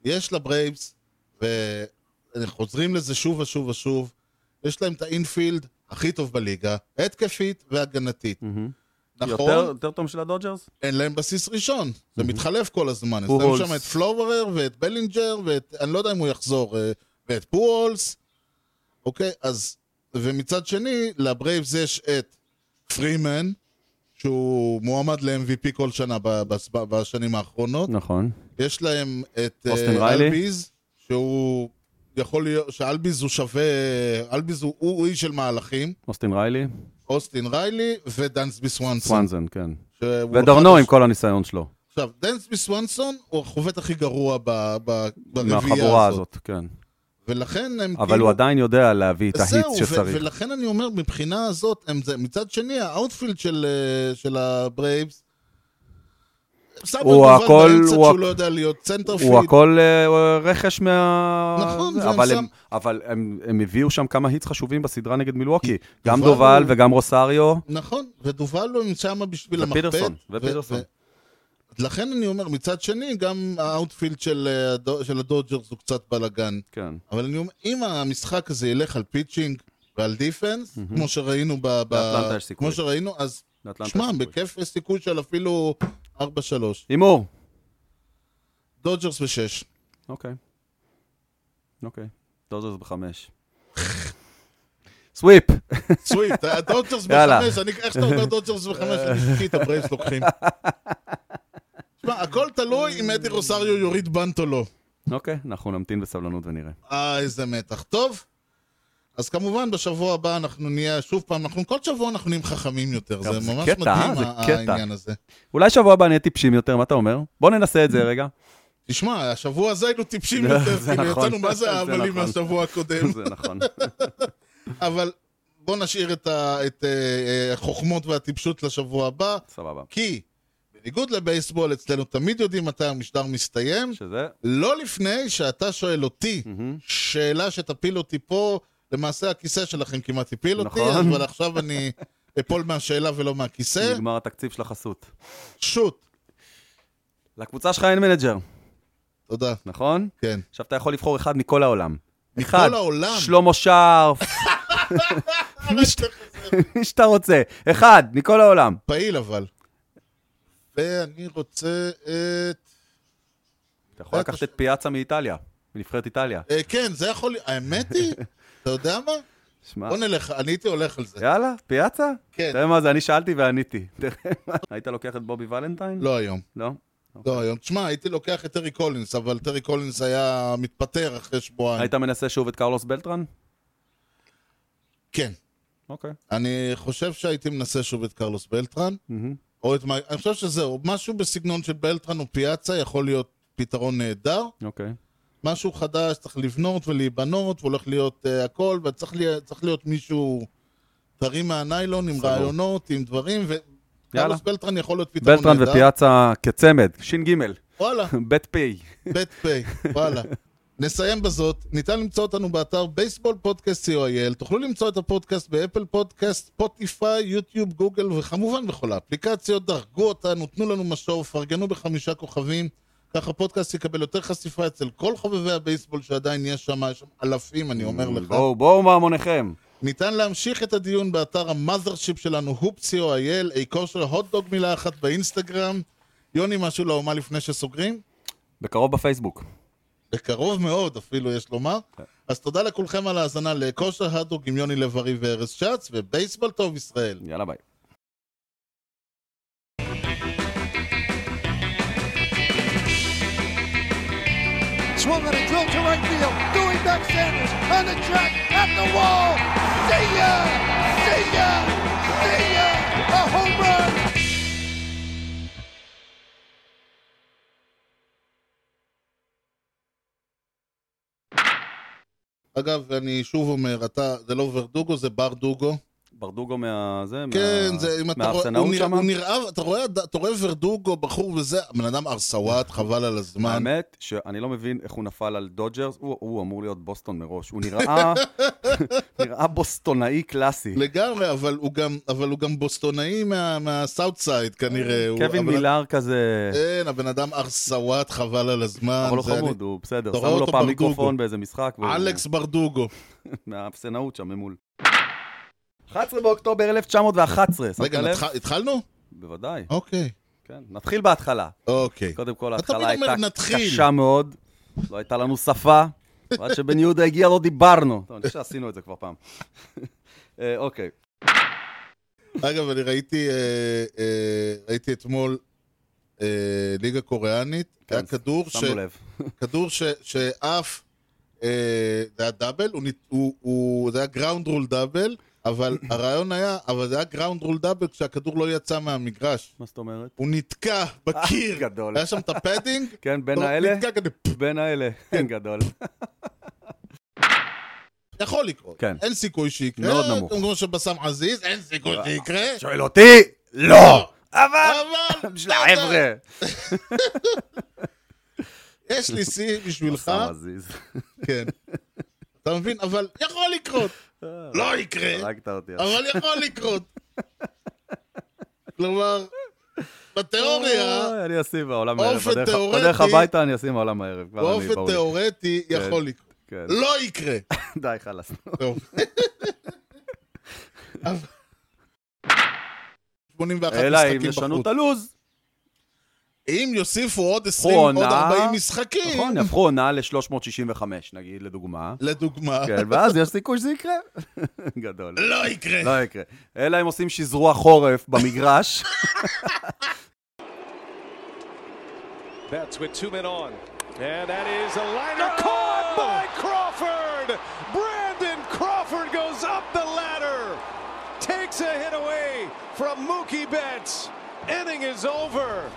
יש לברייבס, וחוזרים לזה שוב ושוב ושוב, יש להם את האינפילד הכי טוב בליגה, התקפית והגנתית. נכון? יותר טוב של הדודג'רס? אין להם בסיס ראשון, זה מתחלף כל הזמן. יש להם שם את פלוברר ואת בלינג'ר, אני לא יודע אם הוא יחזור, ואת פואלס. אוקיי, אז, ומצד שני, לברייבס יש את פרימן, שהוא מועמד ל-MVP כל שנה בשנים האחרונות. נכון. יש להם את אוסטין ריילי. אלביז, שהוא יכול להיות, שאלביז הוא שווה, אלביז הוא איש של מהלכים. אוסטין ריילי ודנסבי סוונסון. כן. ודורנו עם כל הניסיון שלו. עכשיו, דנסבי סוונסון הוא החובט הכי גרוע ברביעייה מהחבורה הזאת. הזאת, כן. ולכן הם אבל הוא עדיין יודע להביא את ההיט שצריך. ולכן אני אומר, מבחינה הזאת, מצד שני, האוטפילד של הברייבס, הוא הכל, שהוא לא יודע להיות צנטרפיד. הוא הכל רכש מה... נכון, אבל הם הביאו שם כמה היטס חשובים בסדרה נגד מילווקי. גם דובל וגם רוסריו. נכון, ודובל הוא שם בשביל המחפט. ופידרסון. לכן אני אומר, מצד שני, גם האוטפילד של הדודג'רס הוא קצת בלגן. כן. אבל אני אומר, אם המשחק הזה ילך על פיצ'ינג ועל דיפנס, כמו שראינו באטלנטה יש סיכוי. כמו שראינו, אז שמע, בכיף יש סיכוי של אפילו 4-3. הימור. דודג'רס ב-6. אוקיי. דודג'רס ב-5. סוויפ. דודג'רס ב-5. איך שאתה אומר דודג'רס ב-5, אני חוקי את הברייבס לוקחים. תשמע, הכל תלוי אם אדי רוסריו יוריד בנט או לא. אוקיי, אנחנו נמתין בסבלנות ונראה. איזה מתח. טוב. אז כמובן בשבוע הבא אנחנו נהיה שוב פעם, כל שבוע אנחנו נהיים חכמים יותר, זה ממש מדהים העניין הזה. אולי שבוע הבא נהיה טיפשים יותר, מה אתה אומר? בוא ננסה את זה רגע. תשמע, השבוע הזה היינו טיפשים יותר, כאילו יצאנו מה זה העמלים מהשבוע הקודם. זה נכון. אבל בוא נשאיר את החוכמות והטיפשות לשבוע הבא. סבבה. כי בניגוד לבייסבול, אצלנו תמיד יודעים מתי המשדר מסתיים. שזה? לא לפני שאתה שואל אותי שאלה שתפיל אותי פה, למעשה הכיסא שלכם כמעט הפיל אותי, אבל עכשיו אני אפול מהשאלה ולא מהכיסא. נגמר התקציב של החסות. שוט. לקבוצה שלך אין מנג'ר. תודה. נכון? כן. עכשיו אתה יכול לבחור אחד מכל העולם. מכל העולם? שלמה שרף. מי שאתה רוצה. אחד, מכל העולם. פעיל אבל. ואני רוצה את... אתה יכול לקחת את פיאצה מאיטליה, מנבחרת איטליה. כן, זה יכול... האמת היא, אתה יודע מה? בוא נלך, אני הייתי הולך על זה. יאללה, פיאצה? כן. תראה מה זה, אני שאלתי ועניתי. היית לוקח את בובי ולנטיין? לא היום. לא? לא היום. תשמע, הייתי לוקח את טרי קולינס, אבל טרי קולינס היה מתפטר אחרי שבועיים. היית מנסה שוב את קרלוס בלטרן? כן. אוקיי. אני חושב שהייתי מנסה שוב את קרלוס בלטרן. אני חושב שזהו, משהו בסגנון של בלטרן או פיאצה יכול להיות פתרון נהדר. אוקיי. משהו חדש, צריך לבנות ולהיבנות, והולך להיות הכל, וצריך להיות מישהו טרי מהניילון עם רעיונות, עם דברים, וקרלוס בלטרן יכול להיות פתרון נהדר. בלטרן ופיאצה כצמד, שין גימל. וואלה. בית פיי. בית פיי, וואלה. נסיים בזאת, ניתן למצוא אותנו באתר בייסבול פודקאסט co.il, תוכלו למצוא את הפודקאסט באפל פודקאסט, ספוטיפיי, יוטיוב, גוגל וכמובן בכל האפליקציות, דרגו אותנו, תנו לנו משוב, פרגנו ב5 כוכבים, ככה הפודקאסט יקבל יותר חשיפה אצל כל חובבי הבייסבול שעדיין יש שם אלפים, אני אומר לך. בואו מהמוניכם. ניתן להמשיך את הדיון באתר המאזרשיפ שלנו, hoop.co.il, כושר הוטדוג מילה אחת באינסטגרם. יוני, משהו לאומה לפני שסוגרים? בקרוב בפייסבוק. בקרוב מאוד אפילו יש לומר. אז תודה לכולכם על ההאזנה לכושר הוטדוג עם יוני לב-ארי וארז שץ, ובייסבול טוב ישראל. יאללה ביי. Swung on a drill to right field. Doing back Sanders on the track at the wall. See ya! See ya! See ya! A home run! אגב, אני שוב אומר, זה לא ורדוגו, זה בר דוגו. ברדוגו מהזה, כן, זה, אם אתה רואה, מהאפסנאות שם. הוא נראה, אתה רואה ורדוגו, בחור וזה, בן אדם ארסוואט, חבל על הזמן. האמת שאני לא מבין איך הוא נפל על דודג'רס, הוא אמור להיות בוסטון מראש, הוא נראה בוסטונאי קלאסי. לגמרי, אבל הוא גם בוסטונאי מהסאוט סייד כנראה. קווין מילר כזה. אין, הבן אדם ארסוואט, חבל על הזמן. אבל הוא חמוד, הוא בסדר, שמו לו פעם מיקרופון באיזה משחק. אלכס ברדוגו. מהאפסנאות שם ממול. 11 באוקטובר 1911. רגע, התחלנו? בוודאי. אוקיי. כן, נתחיל בהתחלה. אוקיי. קודם כל, ההתחלה הייתה קשה מאוד. לא הייתה לנו שפה. עד שבן יהודה הגיע לא דיברנו. טוב, אני חושב שעשינו את זה כבר פעם. אוקיי. אגב, אני ראיתי אתמול ליגה קוריאנית. היה כדור שאף, זה היה דאבל, זה היה גראונד רול דאבל, אבל הרעיון היה, אבל זה היה גראונד רול דאבל כשהכדור לא יצא מהמגרש. מה זאת אומרת? הוא נתקע בקיר. גדול. היה שם את הפדינג. כן, בין האלה? נתקע כזה. בין האלה, כן, גדול. יכול לקרות. כן. אין סיכוי שיקרה. מאוד נמוך. כמו שבסם עזיז, אין סיכוי שיקרה. שואל אותי? לא! אבל! בשביל החבר'ה. יש לי סי בשבילך. בסם עזיז. כן. אתה מבין? אבל יכול לקרות. לא יקרה. הרגת אותי. אבל יכול לקרות. כלומר, בתיאוריה, אני אשים בעולם הערב. באופן תיאורטי, בדרך הביתה אני אשים בעולם הערב. באופן תיאורטי יכול לקרות. לא יקרה. די, חלס. טוב. 81 אלא אם משחקים ישנו את בחוץ. הלוז. אם יוסיפו עוד 20, עוד 40 משחקים. נכון, יהפכו עונה ל-365, נגיד, לדוגמה. כן, ואז יש סיכוי שזה יקרה. גדול. לא יקרה. לא יקרה. אלא אם עושים שזרוע חורף במגרש. Betts with 2 men on. And that is a liner caught by Crawford. Brandon Crawford goes up the ladder. Takes a hit away from Mookie Betts. Inning is over.